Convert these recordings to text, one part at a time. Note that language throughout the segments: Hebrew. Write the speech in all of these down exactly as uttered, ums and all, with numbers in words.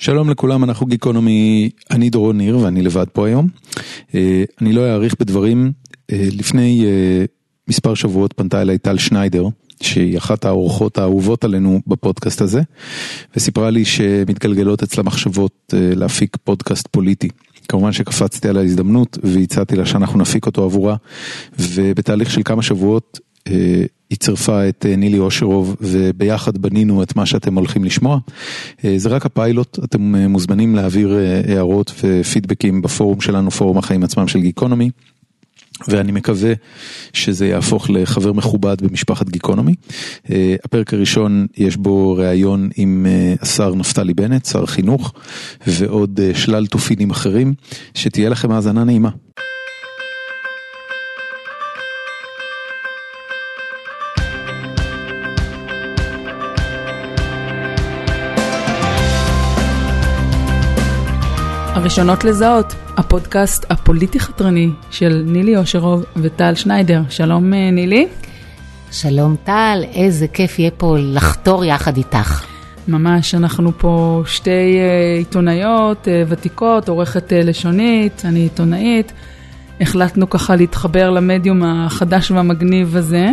שלום לכולם, אנחנו גיקונומי, אני דורון ניר ואני לבד פה היום. אני לא אעריך בדברים, לפני מספר שבועות פנתה אליי טל שניידר, שהיא אחת האורחות האהובות עלינו בפודקאסט הזה, וסיפרה לי שמתגלגלות אצלה מחשבות להפיק פודקאסט פוליטי. כמובן שקפצתי על ההזדמנות והצעתי לה שאנחנו נפיק אותו עבורה, ובתהליך של כמה שבועות היא צירפה את נילי אושרוב וביחד בנינו את מה שאתם הולכים לשמוע. זה רק הפיילוט, אתם מוזמנים להעביר הערות ופידבקים בפורום שלנו, פורום החיים עצמם של גיקונומי, ואני מקווה שזה יהפוך לחבר מכובד במשפחת גיקונומי. הפרק הראשון יש בו ראיון עם השר נפתלי בנט, שר החינוך, ועוד שלל תופינים אחרים, שתהיה לכם האזנה נעימה. הראשונות לזהות, הפודקאסט הפוליטי חתרני של נילי אושרוב וטל שניידר. שלום נילי. שלום טל, איזה כיף יהיה פה לחתור יחד איתך. ממש, אנחנו פה שתי עיתונאיות ותיקות, עורכת לשונית, אני עיתונאית. החלטנו ככה להתחבר למדיום החדש והמגניב הזה.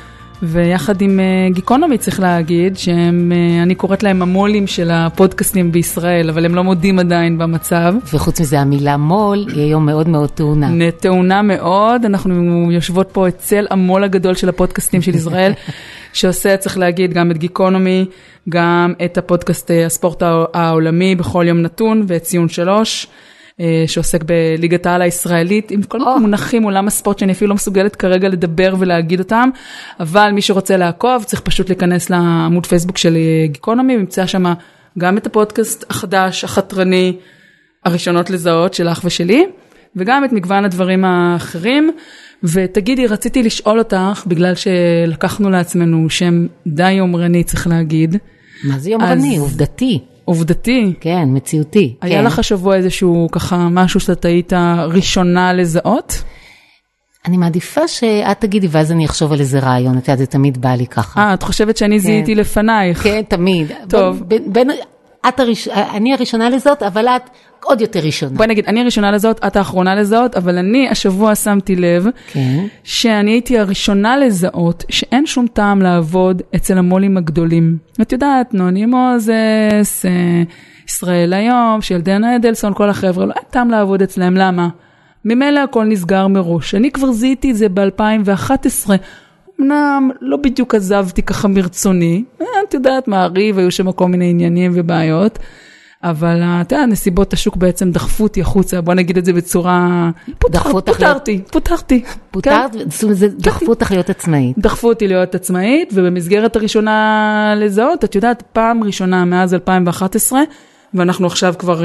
ויחד עם גיקונומי צריך להגיד שהם, אני קוראת להם המולים של הפודקאסטים בישראל, אבל הם לא מודים עדיין במצב. וחוץ מזה המילה מול היא היום מאוד מאוד טעונה. טעונה מאוד, אנחנו יושבות פה אצל המול הגדול של הפודקאסטים של ישראל, שעושה, צריך להגיד, גם את גיקונומי, גם את הפודקאסט הספורט העולמי בכל יום נתון, ואת ציון שלוש, שעוסק בליגת העל הישראלית, עם כל מיני מונחים עולם הספורט שאני אפילו לא מסוגלת כרגע לדבר ולהגיד אותם, אבל מי שרוצה לעקוב צריך פשוט להיכנס לעמוד פייסבוק של גיקונומי, ומצא שם גם את הפודקאסט החדש, החתרני, הראשונות לזהות שלך ושלי, וגם את מגוון הדברים האחרים. ותגידי, רציתי לשאול אותך, בגלל שלקחנו לעצמנו שם די יומרני, צריך להגיד. מה זה יומרני? עובדתי. עובדתי. כן, מציאותי. היה כן. לך השבוע איזשהו ככה משהו שאתה היית ראשונה לזהות? אני מעדיפה שאת תגידי, ואז אני אחשוב על איזה רעיון, את יודעת, זה תמיד בא לי ככה. אה, את חושבת שאני כן. זיהיתי לפנייך. כן, תמיד. טוב. בין, בין, את הראש... אני הראשונה לזאת, אבל את עוד יותר ראשונה. בואי נגיד, אני הראשונה לזאת, את האחרונה לזאת, אבל אני השבוע שמתי לב, כן. שאני הייתי הראשונה לזהות, שאין שום טעם לעבוד אצל המולים הגדולים. את יודעת, נוני מוזס, ישראל היום, שלדנה אדלסון, כל החבר'ה, לא אין טעם לעבוד אצלם, למה? ממילא הכל נסגר מראש. אני כבר זיהיתי את זה ב-אלפיים ואחת עשרה, אמנם לא בדיוק עזבתי ככה מרצוני, את יודעת, מעריב, היו שם כל מיני עניינים ובעיות, אבל אתה יודע, נסיבות השוק בעצם דחפו אותי החוצה, בוא נגיד את זה בצורה, פותרתי, פותרתי. פותרת, דחפו אותך להיות עצמאית. דחפו אותי להיות עצמאית, ובמסגרת הראשונה לזהות, את יודעת, פעם ראשונה מאז אלפיים ואחת עשרה, ואנחנו עכשיו כבר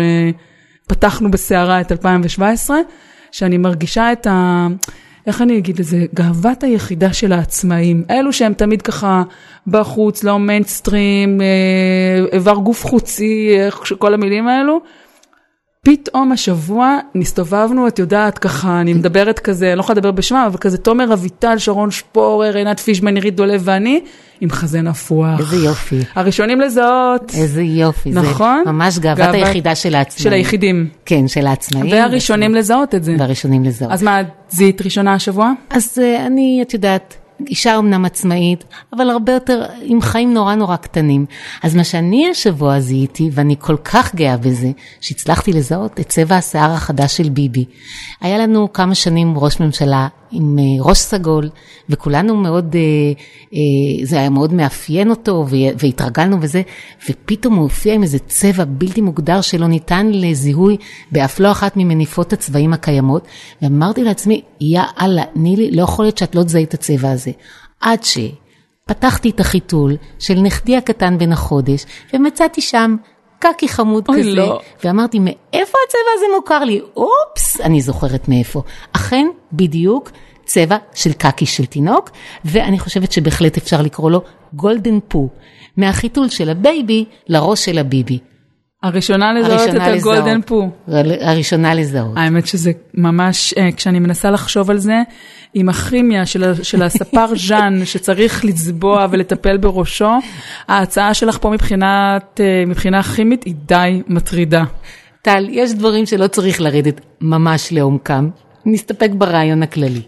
פתחנו בסערה את אלפיים שבע עשרה, שאני מרגישה את ה... איך אני אגיד לזה? גאוות היחידה של העצמאים. אלו שהם תמיד ככה בחוץ, לא מיינסטרים, איבר גוף חוצי, כל המילים האלו. פתאום השבוע נסתובבנו, את יודעת ככה, אני מדברת כזה, אני לא יכולה לדבר בשמה, אבל כזה תומר אביטל, שרון שפורר, עינת פישמן, עירית דולב ואני, עם חזה נפוח. איזה יופי. הראשונים לזהות. איזה יופי. נכון? זה ממש גאוות גאוות היחידה של העצמאים. של היחידים. כן, של העצמאים. והראשונים לזהות את זה. והראשונים לזהות. אז מה, זיהית ראשונה השבוע? אז uh, אני, את יודעת, אישה אמנם עצמאית, אבל הרבה יותר עם חיים נורא נורא קטנים. אז מה שאני השבוע זיהיתי, ואני כל כך גאה בזה, שהצלחתי לזהות את צבע השיער החדש של ביבי. היה לנו כמה שנים ראש ממשלה עם ראש סגול, וכולנו מאוד, זה היה מאוד מאפיין אותו, והתרגלנו וזה, ופתאום הוא הופיע עם איזה צבע בלתי מוגדר שלא ניתן לזיהוי, באף לא אחת ממניפות הצבעים הקיימות, ואמרתי לעצמי, יא אללה, נילי, לא יכול להיות שאת לא תזהי את הצבע הזה. עד שפתחתי את החיתול של נכדי הקטן בן החודש, ומצאתי שם קקי חמוד כזה, לא. ואמרתי, מאיפה הצבע הזה מוכר לי? אופס, אני זוכרת מאיפה. אכן, בדיוק, צבע של קקי של תינוק, ואני חושבת שבהחלט אפשר לקרוא לו גולדן פו, מהחיתול של הבייבי לראש של הביבי. הראשונה לזהות את הגולדן פו. הראשונה לזהות. האמת שזה ממש, כשאני מנסה לחשוב על זה, עם הכימיה של, של הספר ז'אן, שצריך לצבוע ולטפל בראשו, ההצעה שלך פה מבחינת, מבחינה כימית היא די מטרידה. טל, יש דברים שלא צריך לרדת ממש לעומקם. נסתפק ברעיון הכללי.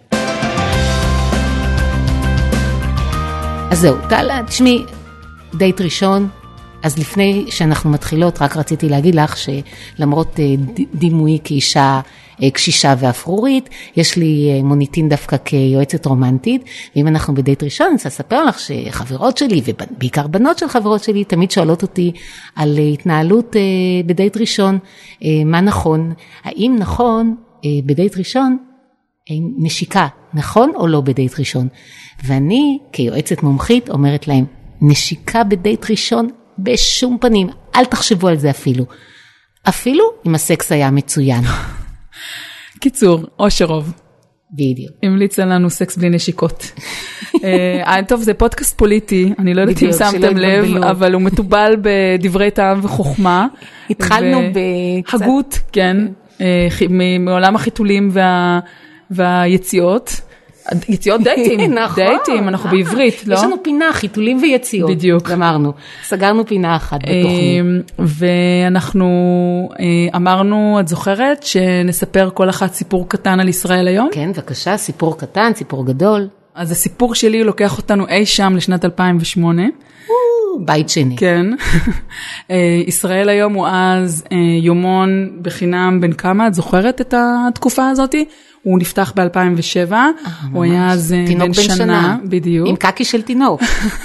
אז זהו, טל, תשמעי, דייט ראשון, אז לפני שאנחנו מתחילות, רק רציתי להגיד לך שלמרות דימוי כאישה קשישה ואפרורית, יש לי מוניטין דווקא כיועצת רומנטית, ואם אנחנו בדייט ראשון, אני רוצה לספר לך שחברות שלי, ובעיקר בנות של חברות שלי, תמיד שואלות אותי על התנהלות בדייט ראשון, מה נכון, האם נכון בדייט ראשון, נשיקה, נכון או לא בדייט ראשון? ואני כיועצת מומחית אומרת להם, נשיקה בדייט ראשון, בשום פנים, אל תחשבו על זה אפילו. אפילו אם הסקס היה מצוין. קיצור, או שרוב. בדיוק. המליצה לנו סקס בלי נשיקות. טוב, זה פודקאסט פוליטי, אני לא יודעת אם שמתם לב, אבל הוא מטובל בדברי טעם וחוכמה. התחלנו בקצת... הגות, כן, מעולם החיתולים והיציאות. יציאות דייטים, נכון. דייטים, אנחנו בעברית, לא? יש לנו פינה, חיתולים ויציאות. בדיוק. אמרנו, סגרנו פינה אחת בתוכנית. ואנחנו אמרנו, את זוכרת, שנספר כל אחת סיפור קטן על ישראל היום? כן, בבקשה, סיפור קטן, סיפור גדול. אז הסיפור שלי לוקח אותנו אי שם לשנת אלפיים ושמונה. בית שני. כן. ישראל היום הוא אז יומון בחינם בין כמה, את זוכרת את התקופה הזאת? הוא נפתח ב-אלפיים ושבע, הוא היה אז בן שנה, בדיוק. עם קקי של תינוק.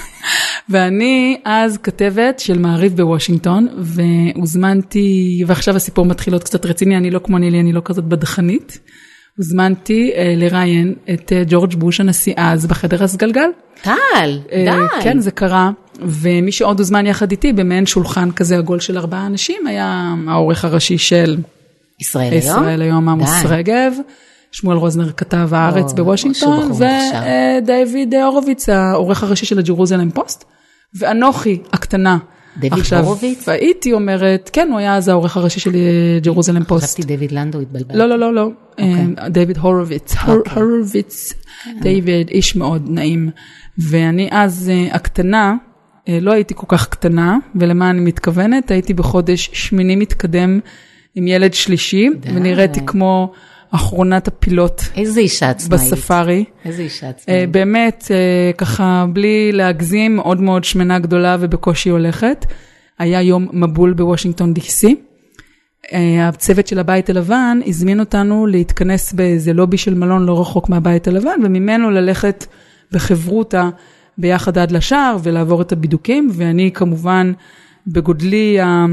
ואני אז כתבת של מעריב בוושינגטון, והוזמנתי, ועכשיו הסיפור מתחיל להיות קצת רציני, אני לא כמו נילי, אני לא כזאת בדחנית, הוזמנתי לראיין את ג'ורג' בוש הנשיא אז בחדר הסגלגל. טל, די. כן, זה קרה, ומי שעוד הוזמן יחד איתי, במעין שולחן כזה עגול של ארבעה אנשים, היה העורך הראשי של ישראל היום, ישראל היום עמוס רגב, שמואל רוזנר כתב הארץ בוושינגטון, ודייוויד הורוביץ, העורך הראשי של הג'רוזלם פוסט, ואנוכי הקטנה. דיוויד הורוביץ? והייתי אומרת, כן, הוא היה אז העורך הראשי של ג'רוזלם פוסט. חשבתי דיוויד לנדו התבלבל. לא, לא, לא, לא. דיוויד הורוביץ. הורוביץ, דיוויד, איש מאוד נעים. ואני אז הקטנה, לא הייתי כל כך קטנה, ולמה אני מתכוונת, הייתי בחודש שמיני מתקדם עם ילד שלישי, ונראיתי כמו אחרונת הפילות. איזה אישה עצמאית. בספארי. איזה אישה עצמאית. באמת, ככה, בלי להגזים, מאוד מאוד שמנה גדולה ובקושי הולכת. היה יום מבול בוושינגטון די סי. הצוות של הבית הלבן הזמין אותנו להתכנס באיזה לובי של מלון לא רחוק מהבית הלבן, וממנו ללכת בחברותה ביחד עד לשער ולעבור את הבידוקים, ואני כמובן בגודלי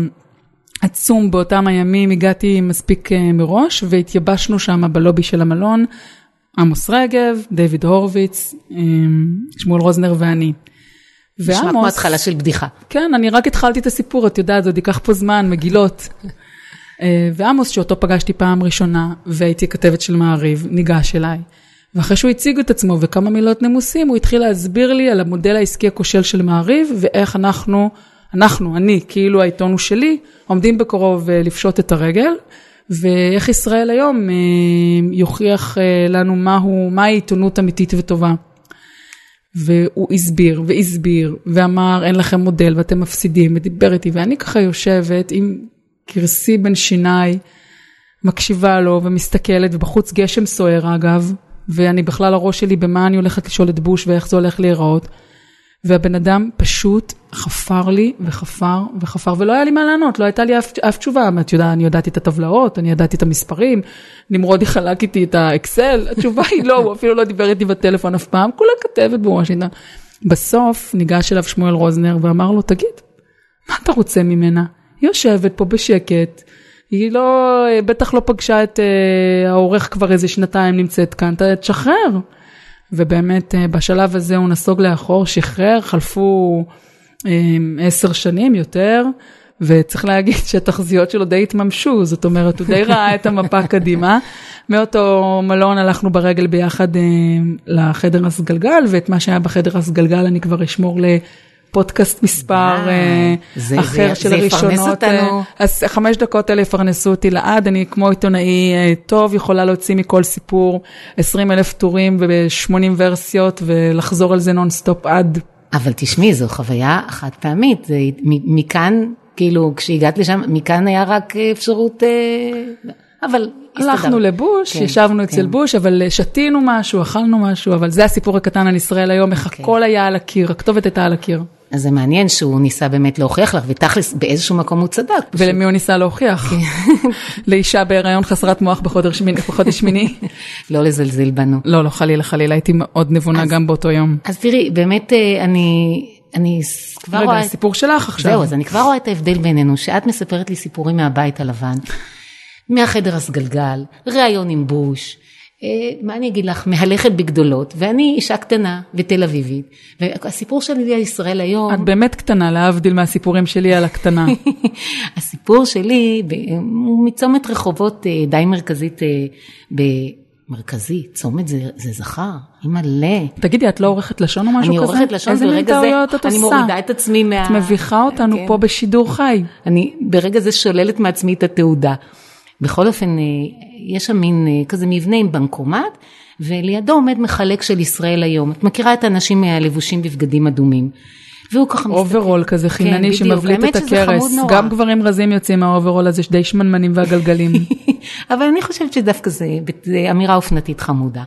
עצום באותם הימים הגעתי מספיק מראש, והתייבשנו שם בלובי של המלון, עמוס רגב, דיוויד הורוביץ, שמואל רוזנר ואני. נשמע כמו התחלה של בדיחה. כן, אני רק התחלתי את הסיפור, את יודעת, עוד ייקח פה זמן, מגילות. ועמוס, שאותו פגשתי פעם ראשונה, והייתי כתבת של מעריב, ניגש אליי. ואחרי שהוא הציג את עצמו וכמה מילות נימוסים, הוא התחיל להסביר לי על המודל העסקי הכושל של מעריב, ואיך אנחנו, אנחנו, אני, כאילו העיתון הוא שלי, עומדים בקרוב לפשוט את הרגל, ואיך ישראל היום יוכיח לנו מהו, מה העיתונות אמיתית וטובה. והוא הסביר והסביר, ואמר, אין לכם מודל ואתם מפסידים, ודיבר איתי, ואני ככה יושבת עם קרסי בין שיניי, מקשיבה לו ומסתכלת, ובחוץ גשם סוער אגב, ואני בכלל הראש שלי במה אני הולכת לשאול את בוש, ואיך זה הולך להיראות, והבן אדם פשוט חפר לי וחפר וחפר, ולא היה לי מה לענות, לא הייתה לי אף, אף תשובה, את יודע, אני ידעתי את הטבלאות, אני ידעתי את המספרים, נמרודי חלק איתי את האקסל, התשובה היא לא, הוא אפילו לא דיבר איתי בטלפון אף פעם, כולה כתבת בוושינגטון. בסוף ניגש אליו שמואל רוזנר ואמר לו, תגיד, מה אתה רוצה ממנה? היא יושבת פה בשקט, היא לא, בטח לא פגשה את uh, העורך כבר איזה שנתיים נמצאת כאן, אתה תשחרר. ובאמת uh, בשלב הזה הוא נסוג לאחור, שחרר, חלפו um, עשר שנים יותר, וצריך להגיד שהתחזיות שלו די התממשו, זאת אומרת, הוא די ראה את המפה קדימה. מאותו מלון הלכנו ברגל ביחד uh, לחדר הסגלגל, ואת מה שהיה בחדר הסגלגל אני כבר אשמור פודקאסט מספר אחר של הראשונות. אז חמש דקות האלה יפרנסו אותי לעד, אני כמו עיתונאי טוב, יכולה להוציא מכל סיפור עשרים אלף טורים ו-שמונים ורסיות, ולחזור על זה נונסטופ עד. אבל תשמעי, זו חוויה חד פעמית, מכאן, כאילו, כשהגעת לשם, מכאן היה רק אפשרות, אבל... הלכנו לבוש, ישבנו אצל בוש, אבל שתינו משהו, אכלנו משהו, אבל זה הסיפור הקטן על ישראל היום, איך הכל היה על הקיר, הכתובת הייתה על הקיר. אז זה מעניין שהוא ניסה באמת להוכיח לך, ותכלס באיזשהו מקום הוא צדק. ולמי הוא ניסה להוכיח? לאישה בהיריון חסרת מוח בחודש שמיני. לא לזלזל בנו. לא, לא, חלילה, חלילה, הייתי מאוד נבונה גם באותו יום. אז תראי, באמת אני... אני כבר רואה... רגע, סיפור שלך עכשיו. זהו, אז אני כבר רואה את ההבדל בינינו, שאת מספרת לי סיפורים מהבית הלבן, מהחדר הסגלגל, ראיון עם בוש, מה אני אגיד לך, מהלכת בגדולות, ואני אישה קטנה ותל אביבית, והסיפור שלי על ישראל היום... את באמת קטנה, להבדיל מהסיפורים שלי על הקטנה. הסיפור שלי הוא מצומת רחובות די מרכזית, במרכזי, צומת זה, זה זכר, היא מלא. תגידי, את לא עורכת לשון או משהו אני כזה? אני עורכת לשון, ברגע זה אני מורידה את עצמי מה... את מביכה אותנו כן. פה בשידור חי. אני ברגע זה שוללת מעצמי את התעודה. בכל אופן, יש שם מין כזה מבנה עם בנקומט, ולידו עומד מחלק של ישראל היום. את מכירה את האנשים הלבושים בבגדים אדומים. והוא ככה מסתכל. אוברול כזה חינני כן, שמבליט את הכרס. גם גברים רזים יוצאים מהאוברול הזה, שדי שמנמנים והגלגלים. אבל אני חושבת שדווקא זה, זה אמירה אופנתית חמודה.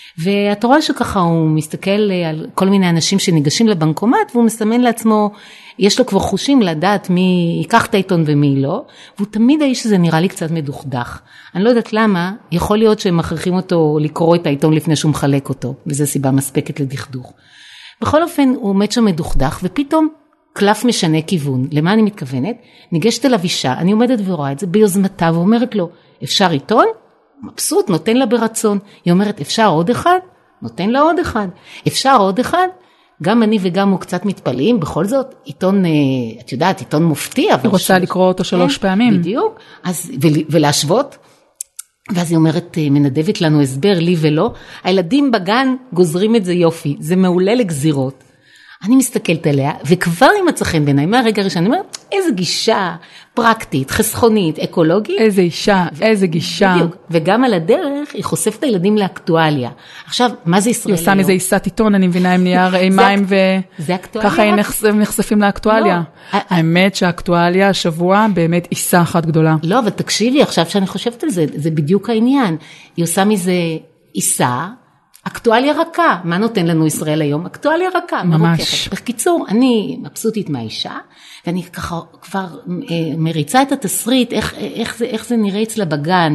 ואת רואה שככה הוא מסתכל על כל מיני אנשים שניגשים לבנקומט, והוא מסמן לעצמו, יש לו כבר חושים לדעת מי ייקח את העיתון ומי לא, והוא תמיד האיש שזה נראה לי קצת מדוכדך. אני לא יודעת למה, יכול להיות שהם מכריחים אותו לקרוא את העיתון לפני שהוא מחלק אותו, וזו סיבה מספקת לדכדוך. בכל אופן, הוא עומד שם מדוכדך, ופתאום קלף משנה כיוון. למה אני מתכוונת? ניגשת אליו אישה, אני עומדת ורואה את זה ביוזמתה, ואומרת לו, אפשר עיתון? מבסוט, נותן לה ברצון. היא אומרת, אפשר עוד אחד? נותן לה עוד אחד. אפשר עוד אחד? גם אני וגם הוא קצת מתפלאים, בכל זאת, עיתון, את יודעת, עיתון מופתי. היא רוצה שלוש... לקרוא אותו שלוש כן, פעמים. בדיוק. אז, ו... ולהשוות. ואז היא אומרת, מנדבת לנו הסבר, לי ולא. הילדים בגן גוזרים את זה יופי. זה מעולה לגזירות. אני מסתכלת עליה, וכבר היא מצא חן בעיניי, מהרגע הראשון, אני אומרת, איזה גישה פרקטית, חסכונית, אקולוגית. איזה אישה, ו- איזה גישה. בדיוק, וגם על הדרך, היא חושפת את הילדים לאקטואליה. עכשיו, מה זה ישראל היום? היא עושה מזה עיסת עיתון, אני מבינה עם נייר מים, וככה הם נחשפים לאקטואליה. האמת שהאקטואליה השבוע באמת עיסה אחת גדולה. לא, אבל תקשיבי, עכשיו שאני חושבת על זה, זה בדיוק העניין. היא עושה מזה עיסה, אקטואליה רכה, מה נותן לנו ישראל היום? אקטואליה רכה, ממש. בקיצור, אני מבסוטית מהאישה, ואני ככה כבר מריצה את התסריט, איך, איך, זה, איך זה נראה אצלה בגן.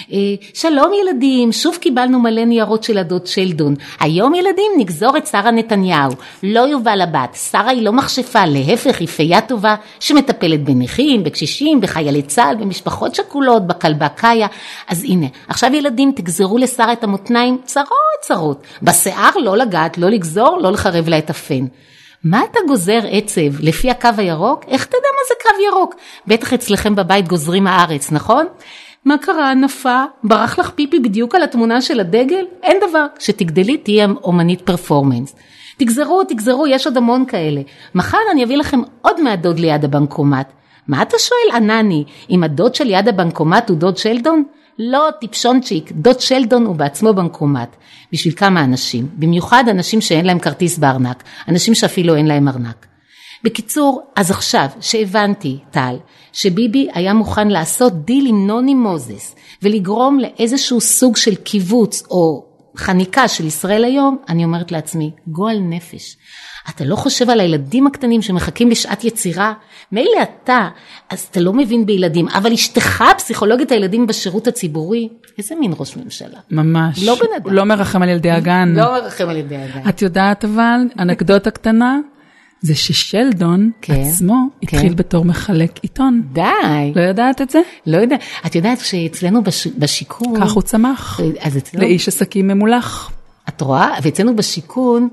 שלום ילדים, שוב קיבלנו מלא ניירות של הדוד שלדון. היום ילדים נגזור את שרה נתניהו. לא יובל הבת, שרה היא לא מכשפה, להפך היא פייה טובה, שמטפלת בנכים, בקשישים, בחיילי צה"ל, במשפחות שכולות, בכלבה קיה. אז הנה, עכשיו ילדים תגזרו לשרה את המותניים צרות צרות. בשיער לא לגעת, לא לגזור, לא לחרב לה את הפן. מה אתה גוזר עצב לפי הקו הירוק? איך אתה יודע מה זה קו ירוק? בטח אצלכם בבית גוזרים הארץ, נכון? מה קרה, ענפה? ברח לך פיפי בדיוק על התמונה של הדגל? אין דבר. כשתגדלי תהיה אומנית פרפורמנס. תגזרו, תגזרו, יש עוד המון כאלה. מחר אני אביא לכם עוד מהדוד ליד הבנקומט. מה אתה שואל, ענני? אם הדוד של יד הבנקומט הוא דוד שלדון? לא, טיפשונצ'יק, דוד שלדון הוא בעצמו בנקומט. בשביל כמה אנשים, במיוחד אנשים שאין להם כרטיס בארנק, אנשים שאפילו אין להם ארנק. בקיצור, אז עכשיו שהבנתי, טל, שביבי היה מוכן לעשות דיל עם נוני מוזס, ולגרום לאיזשהו סוג של קיבוץ או חניקה של ישראל היום, אני אומרת לעצמי, גועל נפש. אתה לא חושב על הילדים הקטנים שמחכים לשעת יצירה? מילא אתה, אז אתה לא מבין בילדים, אבל אשתך פסיכולוגית הילדים בשירות הציבורי, איזה מין ראש ממשלה? ממש. לא בן אדם. לא מרחם על ילדי הגן. לא מרחם על ילדי הגן. את יודעת אבל, אנקדוטה קטנה, זה ששלדון כן, עצמו כן. התחיל בתור מחלק עיתון. די. לא יודעת את זה? לא יודע. את יודעת שאצלנו בש... בשיקון... כך הוא צמח. אז אצלנו... לאיש עסקים ממולח. את רואה? ואצלנו בשיקון...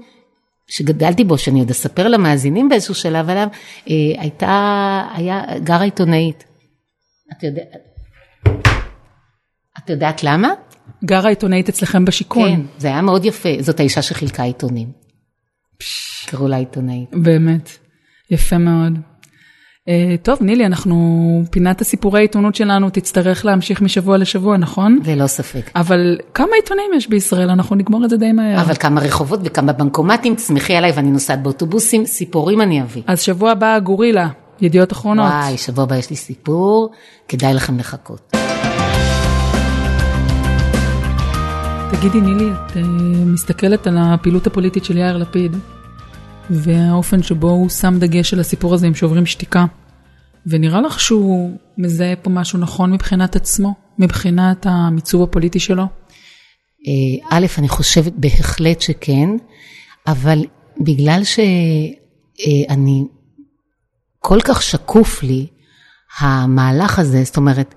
שגדלתי בו, שאני עוד אספר למאזינים באיזשהו שלב עליו, אה, הייתה, היה גרה עיתונאית. את יודעת, את יודעת למה? גרה עיתונאית אצלכם בשיקון. כן, זה היה מאוד יפה. זאת האישה שחילקה עיתונים. קראו לה עיתונאית. באמת. יפה מאוד. טוב, נילי, אנחנו, פינת הסיפורי העיתונות שלנו תצטרך להמשיך משבוע לשבוע, נכון? ללא ספק. אבל כמה עיתונים יש בישראל? אנחנו נגמור את זה די מהר. אבל כמה רחובות וכמה בנקומטים, צמחי עליי ואני נוסעת באוטובוסים, סיפורים אני אביא. אז שבוע הבא גורילה, ידיעות אחרונות. וואי, שבוע הבא יש לי סיפור, כדאי לכם לחכות. תגידי נילי, את מסתכלת על הפעילות הפוליטית של יאיר לפיד, והאופן שבו הוא שם דגש על הסיפור הזה עם שוברים שתיקה, ונראה לך שהוא מזהה פה משהו נכון מבחינת עצמו, מבחינת המיצוב הפוליטי שלו? א', אני חושבת בהחלט שכן, אבל בגלל שאני כל כך שקוף לי המהלך הזה, זאת אומרת,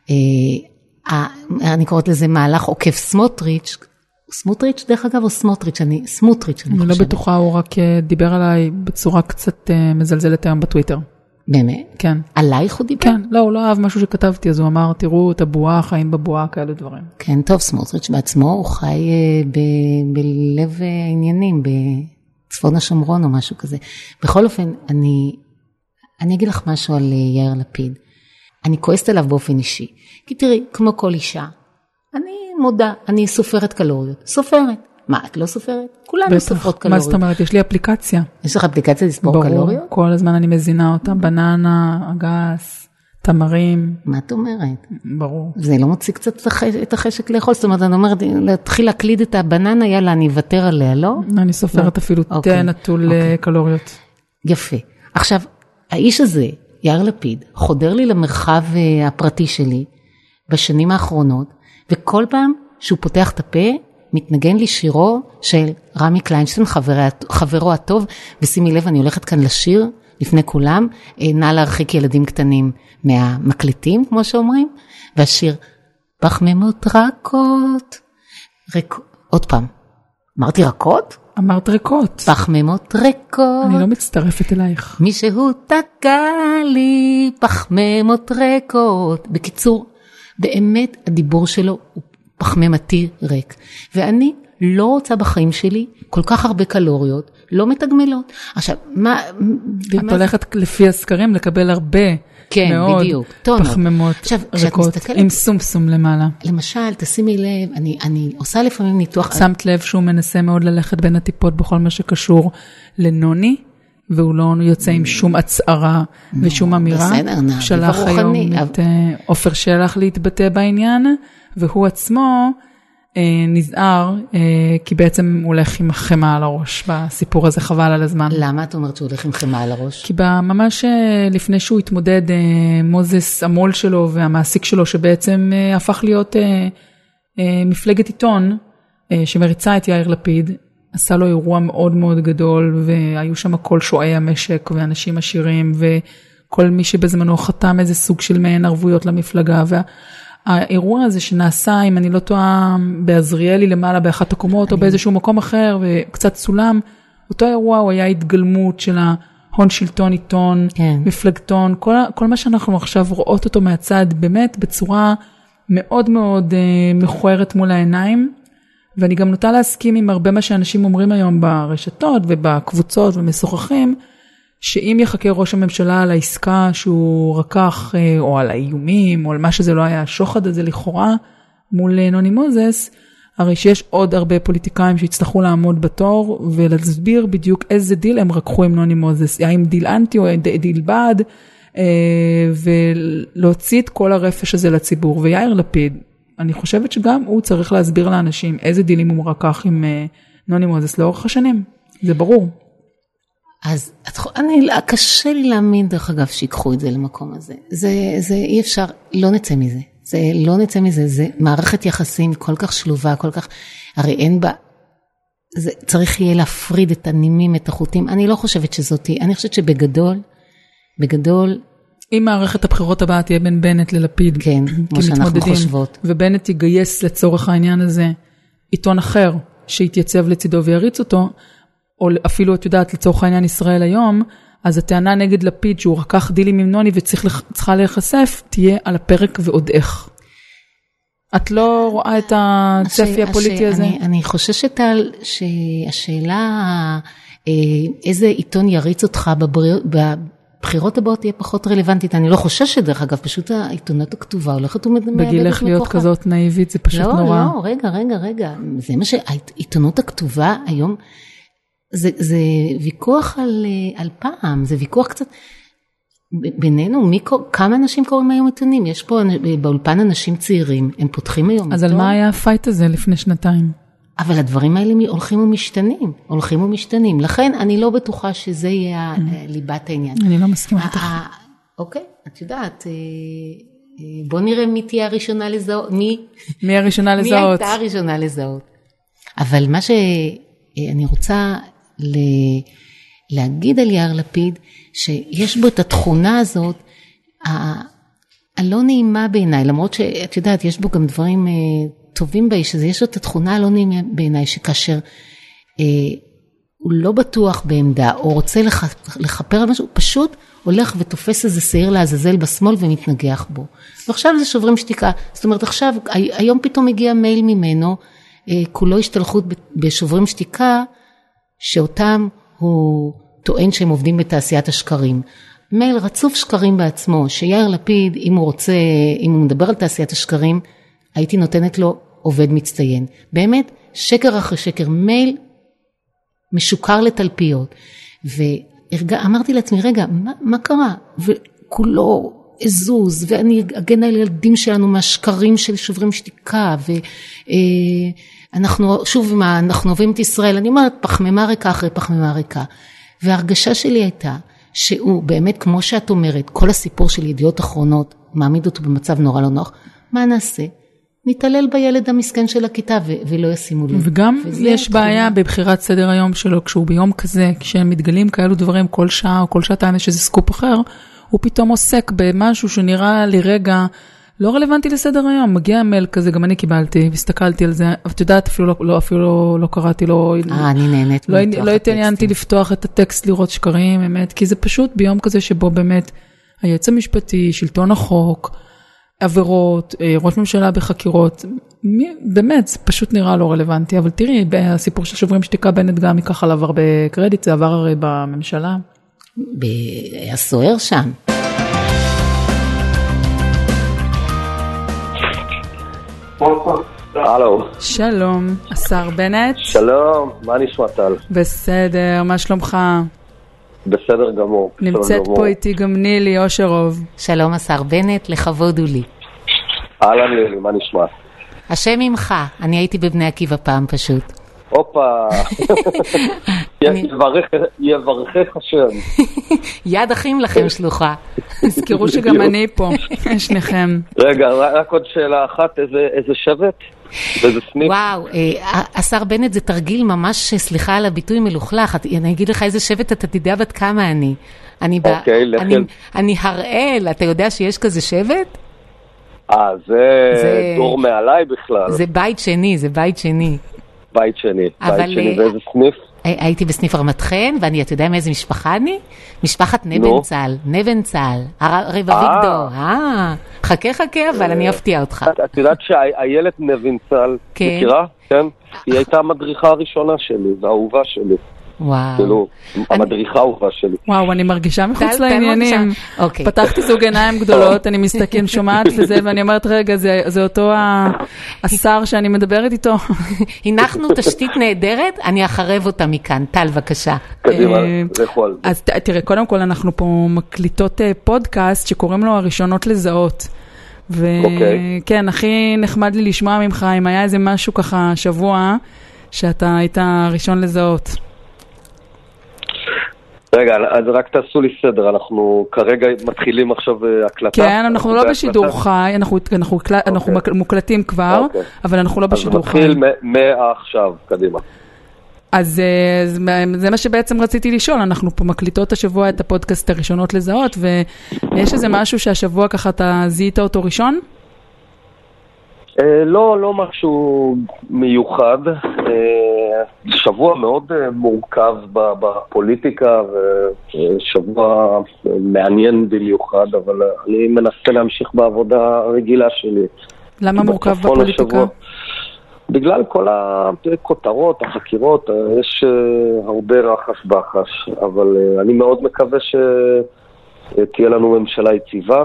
אני קוראת לזה מהלך עוקף סמוטריץ', סמוטריץ' דרך אגב או סמוטריץ', אני סמוטריץ' אני חושבת. אני לא בטוחה, הוא רק דיבר עליי בצורה קצת מזלזלת היום בטוויטר. באמת? כן. עלייך הוא דיבר? כן, לא, הוא לא אהב משהו שכתבתי, אז הוא אמר, תראו את הבועה, חיים בבועה, כאלה דברים. כן, טוב, סמוטריץ' בעצמו, הוא חי בלב העניינים, בצפון השומרון או משהו כזה. בכל אופן, אני, אני אגיד לך משהו על יאיר לפיד. אני כועסת עליו באופן אישי. כי תראי, כמו כל אישה, אני מודה, אני סופרת קלוריות. סופרת. מה, את לא סופרת? כולנו סופרות קלוריות. מה זאת אומרת? יש לי אפליקציה. יש לך אפליקציה לספור קלוריות? ברור, כל הזמן אני מזינה אותה, בננה, אגס, תמרים. מה את אומרת? ברור. זה לא מוציא קצת את החשק לאכול, זאת אומרת, אני אומרת, להתחיל להקליד את הבננה, יאללה, אני אוותר עליה, לא? אני סופרת אפילו תה נטול קלוריות. יפה. עכשיו, האיש הזה, יאיר לפיד, חודר לי למרחב הפרטי שלי, בשנים האחרונות, וכל פעם שהוא פותח את הפה, מתנגן לי שירו של רמי קליינשטיין, חברו, חברו הטוב, ושימי לב, אני הולכת כאן לשיר, לפני כולם, נא להרחיק ילדים קטנים מהמקליטים, כמו שאומרים, והשיר, פחמימות רכות, ריק... עוד פעם, אמרתי רכות? אמרת ריקות. פחמימות ריקות. אני לא מצטרפת אלייך. מישהו תקע לי פחמימות ריקות. בקיצור, באמת הדיבור שלו הוא פחמימתי ריק. ואני לא רוצה בחיים שלי כל כך הרבה קלוריות, לא מתגמלות. עכשיו, מה... את הולכת לפי הסקרים לקבל הרבה כן, מאוד בדיוק, טונות. פחמימות עכשיו, ריקות, מסתכלת, עם סום סום למעלה. למשל, תשימי לב, אני, אני עושה לפעמים ניתוח... שמת לב שהוא מנסה מאוד ללכת בין הטיפות בכל מה שקשור לנוני, והוא לא יוצא עם שום הצערה ושום אמירה. בסדר, נעביב שלח היום את עופר שלח להתבטא בעניין, והוא עצמו נזהר, כי בעצם הוא הולך עם חמה על הראש בסיפור הזה, חבל על הזמן. למה את אומרת שהוא הולך עם חמה על הראש? כי ממש לפני שהוא התמודד, מוזס המול שלו והמעסיק שלו, שבעצם הפך להיות מפלגת עיתון, שמריצה את יאיר לפיד, עשה לו אירוע מאוד מאוד גדול, והיו שם כל שועי המשק ואנשים עשירים, וכל מי שבזמנו חתם איזה סוג של מעין ערבויות למפלגה, וה... האירוע הזה שנעשה, אם אני לא טועה, בעזריאלי למעלה באחת הקומות, או באיזשהו מקום אחר, וקצת סולם, אותו אירוע הוא היה התגלמות של ההון שלטון עיתון, כן. מפלגתון, כל, כל מה שאנחנו עכשיו רואות אותו מהצד, באמת בצורה מאוד מאוד uh, מכוערת מול העיניים, ואני גם נוטה להסכים עם הרבה מה שאנשים אומרים היום ברשתות, ובקבוצות ומשוחחים, שאם יחכה ראש הממשלה על העסקה שהוא רקח, או על האיומים, או על מה שזה לא היה השוחד הזה לכאורה, מול נוני מוזס, הרי שיש עוד הרבה פוליטיקאים שיצטרכו לעמוד בתור, ולהסביר בדיוק איזה דיל הם רקחו עם נוני מוזס, האם דיל אנטי או דיל בעד, ולהוציא את כל הרפש הזה לציבור. ויאיר לפיד, אני חושבת שגם הוא צריך להסביר לאנשים איזה דילים הוא רקח עם נוני מוזס לאורך השנים, זה ברור. אז אני, קשה לי להאמין דרך אגב שיקחו את זה למקום הזה. זה, זה אי אפשר, לא נצא מזה. זה לא נצא מזה, זה מערכת יחסים כל כך שלובה, כל כך, הרי אין בה, זה צריך יהיה להפריד את הנימים, את החוטים. אני לא חושבת שזאתי, אני חושבת שבגדול, בגדול, אם מערכת הבחירות הבאה תהיה בין בנט ללפיד, כן, כמו שאנחנו חושבות. ובנט יגייס לצורך העניין הזה עיתון אחר שיתייצב לצידו ויריץ אותו, או אפילו את יודעת לצורך העניין ישראל היום, אז הטענה נגד לפיד שהוא רקח דילים עם נוני וצריכה להיחשף, תהיה על הפרק ועוד איך. את לא רואה את הצפי הפוליטי הזה? אני, אני חוששת על שהשאלה איזה עיתון יריץ אותך בבחירות הבאות תהיה פחות רלוונטית. אני לא חוששת דרך אגב, פשוט העיתונות הכתובה הולכת ומאבדת מכוחה. בגילך להיות כזאת נאיבית, זה פשוט נורא. לא, לא, רגע, רגע, רגע. זה מה שהעיתונות הכתובה היום, זה, זה ויכוח על, על פעם, זה ויכוח קצת, בינינו, מי, כמה אנשים קוראים היום עיתונים? יש פה באולפן אנשים צעירים, הם פותחים היום. אז עיתון. על מה היה הפייט הזה לפני שנתיים? אבל הדברים האלה הולכים ומשתנים, הולכים ומשתנים. לכן אני לא בטוחה שזה יהיה ליבת העניין. אני לא מסכימה איתך. אוקיי, את יודעת, בוא נראה מי תהיה הראשונה לזהות, מי? מי הראשונה לזהות? מי הייתה הראשונה לזהות. אבל מה שאני רוצה להגיד על יאיר לפיד, שיש בו את התכונה הזאת, הלא נעימה בעיניי, למרות שאת יודעת, יש בו גם דברים טובים באיש הזה, יש לו את התכונה הלא נעימה בעיניי, שכאשר אה, הוא לא בטוח בעמדה, או רוצה לח, לחפר על משהו, הוא פשוט הולך ותופס איזה שעיר לעזאזל בשמאל ומתנגח בו. ועכשיו זה שוברים שתיקה, זאת אומרת עכשיו, היום פתאום הגיע מייל ממנו, אה, כולו השתלחות בשוברים שתיקה, שאותם הוא טוען שהם עובדים בתעשיית השקרים. מייל רצוף שקרים בעצמו, שיאיר לפיד, אם הוא רוצה, אם הוא מדבר על תעשיית השקרים, הייתי נותנת לו עובד מצטיין. באמת, שקר אחרי שקר, מייל משוקר לתלפיות. ואמרתי לעצמי, רגע, מה, מה קרה? וכולו הזוז, ואני אגן על ילדים שלנו מהשקרים של שוברים שתיקה, ואנחנו, שוב, מה, אנחנו אוהבים את ישראל, אני אומרת, פחמימה ריקה אחרי פחמימה ריקה. וההרגשה שלי הייתה, שהוא באמת, כמו שאת אומרת, כל הסיפור של ידיעות אחרונות, מעמיד אותו במצב נורא לא נוח, מה נעשה? נתעלל בילד המסכן של הכיתה ו- ולא ישימו לב. וגם יש בעיה בבחירת סדר היום שלו, כשהוא ביום כזה, כשהם מתגלים כאלו דברים כל שעה או כל שעתיים יש איזה סקופ אחר, הוא פתאום עוסק במשהו שנראה לי רגע לא רלוונטי לסדר היום. מגיע מייל כזה, גם אני קיבלתי, והסתכלתי על זה, אבל את יודעת, אפילו לא, לא, אפילו לא, לא קראתי, לא, אה, אני נהנית לא, לא התעניינתי לפתוח את הטקסט, לראות שקרים, באמת, כי זה פשוט ביום כזה שבו באמת היועץ המשפטי, שלטון החוק, עבירות, ראש ממשלה בחקירות, באמת, זה פשוט נראה לא רלוונטי, אבל תראי, הסיפור של שוברים שתיקה בנט גם ייקח עליו הרבה קרדיט, זה עבר הרי בממשלה. הסוער שם. הלו. שלום, השר בנט. שלום, מה נשמע טל? בסדר, מה שלומך? בסדר גמור. נמצאת פה איתי גם נילי אושרוב. שלום השר בנט, לכבוד הוא לי. אהלן נילי, מה נשמע? השם ממך, אני הייתי בבני עקיבא פעם פשוט. הופה, יברכך השם. יד אחים לכם שלוחה. תזכרו שגם אני פה, שניכם. רגע, רק עוד שאלה אחת, איזה שבט? באיזה סניף? וואו, השר בנט זה תרגיל ממש, סליחה על הביטוי מלוכלך, אני אגיד לך איזה שבט אתה תדע בת כמה אני. אני הראל, אתה יודע שיש כזה שבט? אה, זה דור מעליי בכלל. זה בית שני, זה בית שני. בית שני, בית שני, ואיזה סניף? הייתי בסניף רמת חן, ואני, אתה יודע מאיזה משפחה אני? משפחת נבנצל, נבנצל, הרב אביגדור, אה, חכה חכה, אבל אני אפתיע אותך. את יודעת שהילד נבנצל, מכירה? כן? היא הייתה המדריכה הראשונה שלי, והאהובה שלי. וואו. כאילו, המדריכה האהובה שלי. וואו, אני מרגישה מחוץ לעניינים. פתחתי זוג עיניים גדולות, אני מסתכלת, שומעת לזה, ואני אומרת, רגע, זה אותו השר שאני מדברת איתו. הנחנו תשתית נהדרת, אני אחרב אותה מכאן. טל, בבקשה. קדימה, לכו על זה. אז תראה, קודם כל אנחנו פה מקליטות פודקאסט שקוראים לו הראשונות לזהות. וכן, הכי נחמד לי לשמוע ממך, אם היה איזה משהו ככה שבוע, שאתה היית ראשון לזהות. רגע, אז רק תעשו לי סדר, אנחנו כרגע מתחילים עכשיו הקלטה. כן, אנחנו לא בשידור חי, אנחנו מוקלטים כבר, אבל אנחנו לא בשידור חי. אז נתחיל מעכשיו, קדימה. אז זה מה שבעצם רציתי לשאול, אנחנו פה מקליטות השבוע את הפודקאסט הראשונות לזהות, ויש איזה משהו שהשבוע ככה אתה זיהית אותו ראשון? לא, לא משהו מיוחד. שבוע מאוד מורכב בפוליטיקה, ושבוע מעניין במיוחד, אבל אני מנסה להמשיך בעבודה הרגילה שלי. למה מורכב בפוליטיקה? בגלל כל הכותרות, החקירות, יש הרבה רחש בחש, אבל אני מאוד מקווה שתהיה לנו ממשלה יציבה,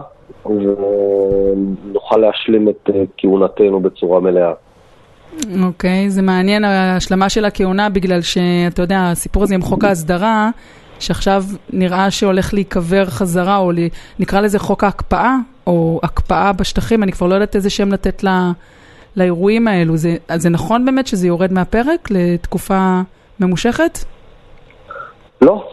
ונוכל להשלים את כהונתנו בצורה מלאה. אוקיי, זה מעניין ההשלמה של הכהונה, בגלל שאתה יודע, הסיפור הזה עם חוק ההסדרה, שעכשיו נראה שהולך להיקבר חזרה, או נקרא לזה חוק ההקפאה, או הקפאה בשטחים, אני כבר לא יודעת איזה שם לתת לה, לאירועים האלו. זה, אז זה נכון באמת שזה יורד מהפרק לתקופה ממושכת? לא.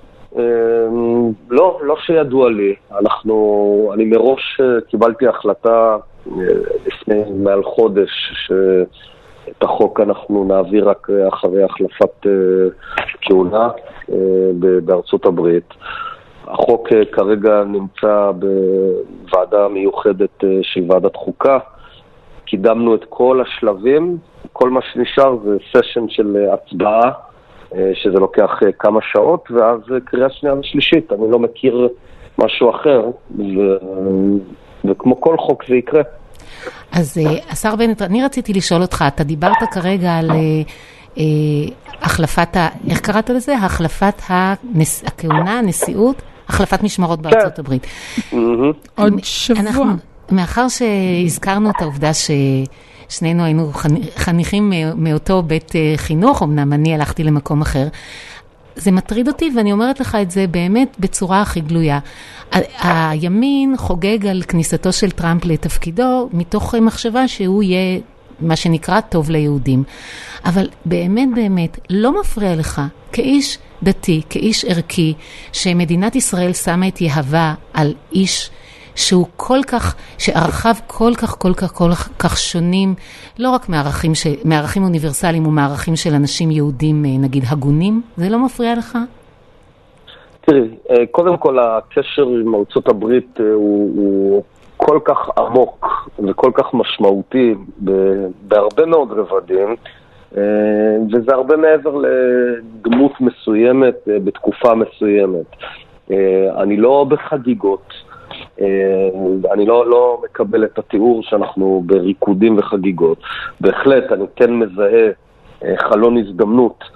לא, לא שידוע לי. אנחנו, אני מראש קיבלתי החלטה לפני מעל חודש שאת החוק אנחנו נעביר רק אחרי החלפת כהונה בארצות הברית. החוק כרגע נמצא בוועדה מיוחדת של ועדת חוקה. קידמנו את כל השלבים, כל מה שנשאר זה סשן של הצבעה, שזה לוקח כמה שעות, ואז קריאה שנייה ושלישית. אני לא מכיר משהו אחר, ו... וכמו כל חוק זה יקרה. אז השר בנט, אני רציתי לשאול אותך, אתה דיברת כרגע על אה, החלפת, ה... איך קראת לזה? החלפת הנס... הכהונה, הנשיאות, החלפת משמרות בארצות הברית. עוד שבוע. אנחנו, מאחר שהזכרנו את העובדה ששנינו היינו חניכים מאותו בית חינוך, אמנם אני הלכתי למקום אחר, זה מטריד אותי, ואני אומרת לך את זה באמת בצורה הכי גלויה. הימין חוגג על כניסתו של טראמפ לתפקידו, מתוך מחשבה שהוא יהיה מה שנקרא טוב ליהודים. אבל באמת באמת לא מפריע לך, כאיש דתי, כאיש ערכי, שמדינת ישראל שמה את יהבה על איש שהוא כל כך, שערכיו כל כך, כל כך, כל כך שונים, לא רק מערכים, ש, מערכים אוניברסליים ומערכים של אנשים יהודים, נגיד, הגונים, זה לא מפריע לך? תראי, קודם כל הקשר עם ארצות הברית הוא, הוא כל כך עמוק וכל כך משמעותי בהרבה מאוד רבדים, וזה הרבה מעבר לדמות מסוימת בתקופה מסוימת. אני לא בחגיגות, אני לא, לא מקבל את התיאור שאנחנו בריקודים וחגיגות. בהחלט, אני כן מזהה חלון הזדמנות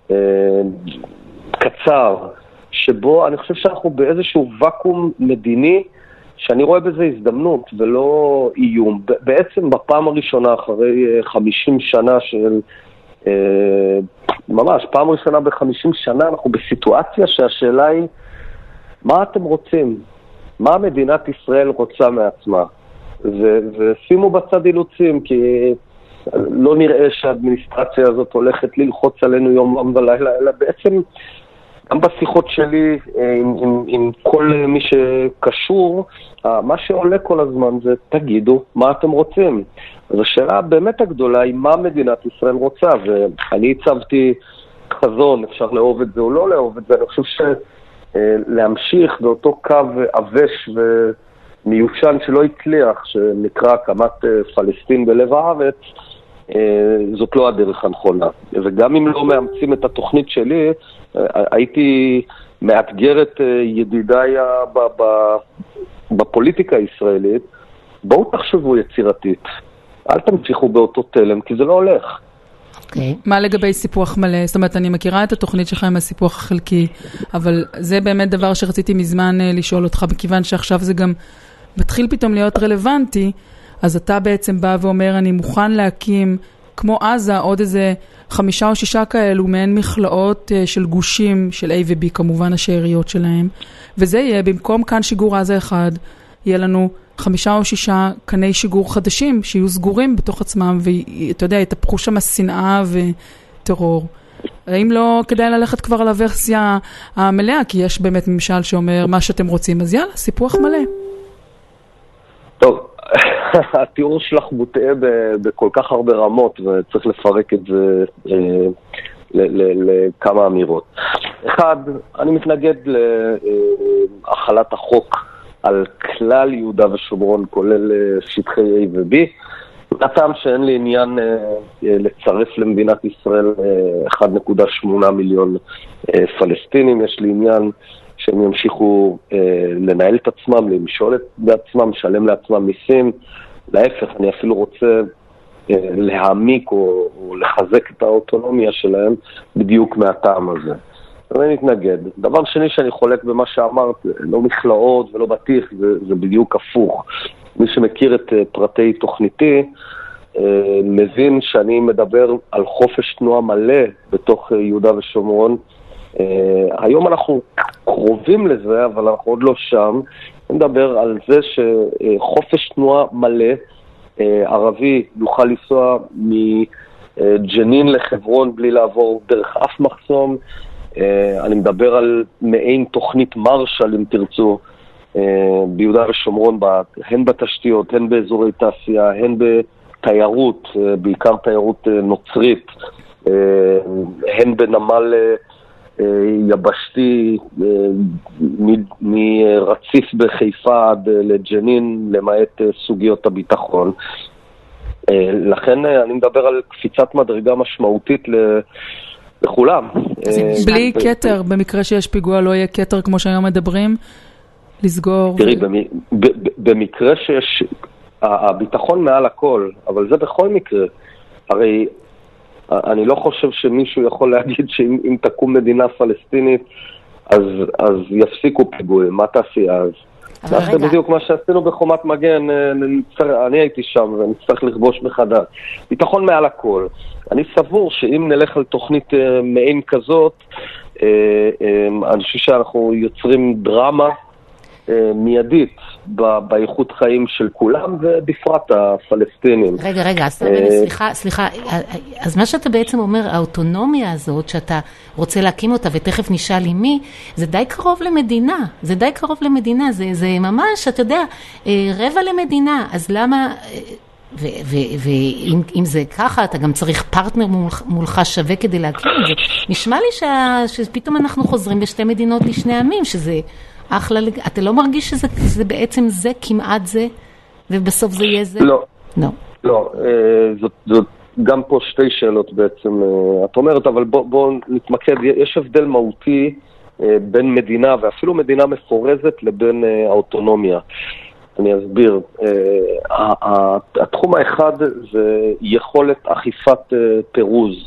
קצר, שבו אני חושב שאנחנו באיזשהו וקום מדיני, שאני רואה בזה הזדמנות ולא איום. בעצם בפעם הראשונה, אחרי חמישים שנה של, ממש, פעם ראשונה ב-חמישים שנה, אנחנו בסיטואציה שהשאלה היא, מה אתם רוצים? מה מדינת ישראל רוצה מעצמה? ו- ושימו בצד אילוצים, כי לא נראה שהאדמיניסטרציה הזאת הולכת ללחוץ עלינו יום יום ולילה, אלא בעצם גם בשיחות שלי עם, עם, עם כל מי שקשור, מה שעולה כל הזמן זה תגידו מה אתם רוצים. אז השאלה באמת הגדולה היא מה מדינת ישראל רוצה, ואני הצבתי חזון, אפשר לאהוב את זה או לא לאהוב את זה, אני חושב ש... להמשיך באותו קו אבש ומיושן שלא הצליח, שנקרא הקמת פלסטין בלב הארץ, זאת לא הדרך הנכונה. וגם אם לא מאמצים את התוכנית שלי, הייתי מאתגר את ידידיי בפוליטיקה הישראלית, בואו תחשבו יצירתית, אל תמשיכו באותו תלם, כי זה לא הולך. Okay. מה לגבי סיפוח מלא? זאת אומרת, אני מכירה את התוכנית שלך עם הסיפוח החלקי, אבל זה באמת דבר שרציתי מזמן לשאול אותך, בכיוון שעכשיו זה גם מתחיל פתאום להיות רלוונטי, אז אתה בעצם בא ואומר, אני מוכן להקים, כמו עזה, עוד איזה חמישה או שישה כאלו, מעין מכלאות של גושים, של A ו-B, כמובן השאריות שלהם, וזה יהיה, במקום כאן שיגור עזה אחד, יהיה לנו חמישה או שישה קני שיגור חדשים שיהיו סגורים בתוך עצמם, ואתה יודע, יתפחו שם שנאה וטרור. האם לא כדאי ללכת כבר על הוורסיה המלאה, כי יש באמת ממשל שאומר מה שאתם רוצים, אז יאללה, סיפוח מלא. טוב, התיאור שלך מוטעה בכל כך הרבה רמות, וצריך לפרק את זה לכמה אמירות. אחד, אני מתנגד להחלת החוק על כלל יהודה ושומרון, כולל שטחי A ו-B. מהטעם שאין לי עניין לצרף למדינת ישראל אחת נקודה שמונה מיליון פלסטינים, יש לי עניין שהם ימשיכו לנהל את עצמם, למשול את בעצמם, לשלם לעצמם מיסים. להפך, אני אפילו רוצה להעמיק או, או לחזק את האוטונומיה שלהם בדיוק מהטעם הזה. אני מתנגד. דבר שני שאני חולק במה שאמרת, לא מכלאות ולא בטיח, זה, זה בדיוק הפוך. מי שמכיר את פרטי תוכניתי, מבין שאני מדבר על חופש תנועה מלא בתוך יהודה ושומרון. היום אנחנו קרובים לזה, אבל אנחנו עוד לא שם. אני מדבר על זה שחופש תנועה מלא, ערבי יוכל לנסוע מג'נין לחברון בלי לעבור דרך אף מחסום. אני מדבר על מעין תוכנית מרשל, אם תרצו, ביהודה ושומרון, הן בתשתיות, הן באזורי תעשייה, הן בתיירות, בעיקר תיירות נוצרית, הן בנמל יבשתי מרציף בחיפה עד לג'נין, למעט סוגיות הביטחון. לכן אני מדבר על קפיצת מדרגה משמעותית לכולם. בלי קטר, במקרה שיש פיגוע לא יהיה קטר כמו שהיום מדברים, לסגור. תראי, במקרה שיש, הביטחון מעל הכל, אבל זה בכל מקרה. הרי אני לא חושב שמישהו יכול להגיד שאם תקום מדינה פלסטינית, אז, אז יפסיקו פיגועים. מה תעשי אז? זה בדיוק מה שעשינו בחומת מגן, אני הייתי שם ונצטרך לכבוש מחדש. ביטחון מעל הכל. אני סבור שאם נלך על תוכנית מעין כזאת, אני חושב שאנחנו יוצרים דרמה מיידית באיכות חיים של כולם, ובפרט הפלסטינים. רגע, רגע, סליחה, סליחה, אז מה שאתה בעצם אומר, האוטונומיה הזאת שאתה רוצה להקים אותה, ותכף נשאל עם מי, זה די קרוב למדינה, זה די קרוב למדינה, זה, זה ממש, אתה יודע, רבע למדינה, אז למה, ואם זה ככה, אתה גם צריך פרטנר מולך שווה כדי להקים את זה. נשמע לי שפתאום אנחנו חוזרים בשתי מדינות לשני עמים, שזה אחלה, אתה לא מרגיש שזה זה בעצם זה, כמעט זה, ובסוף זה יהיה זה? לא. לא. לא, זאת, זאת גם פה שתי שאלות בעצם. את אומרת, אבל בוא, בוא נתמקד, יש הבדל מהותי בין מדינה, ואפילו מדינה מפורזת, לבין האוטונומיה. אני אסביר. התחום האחד זה יכולת אכיפת פירוז.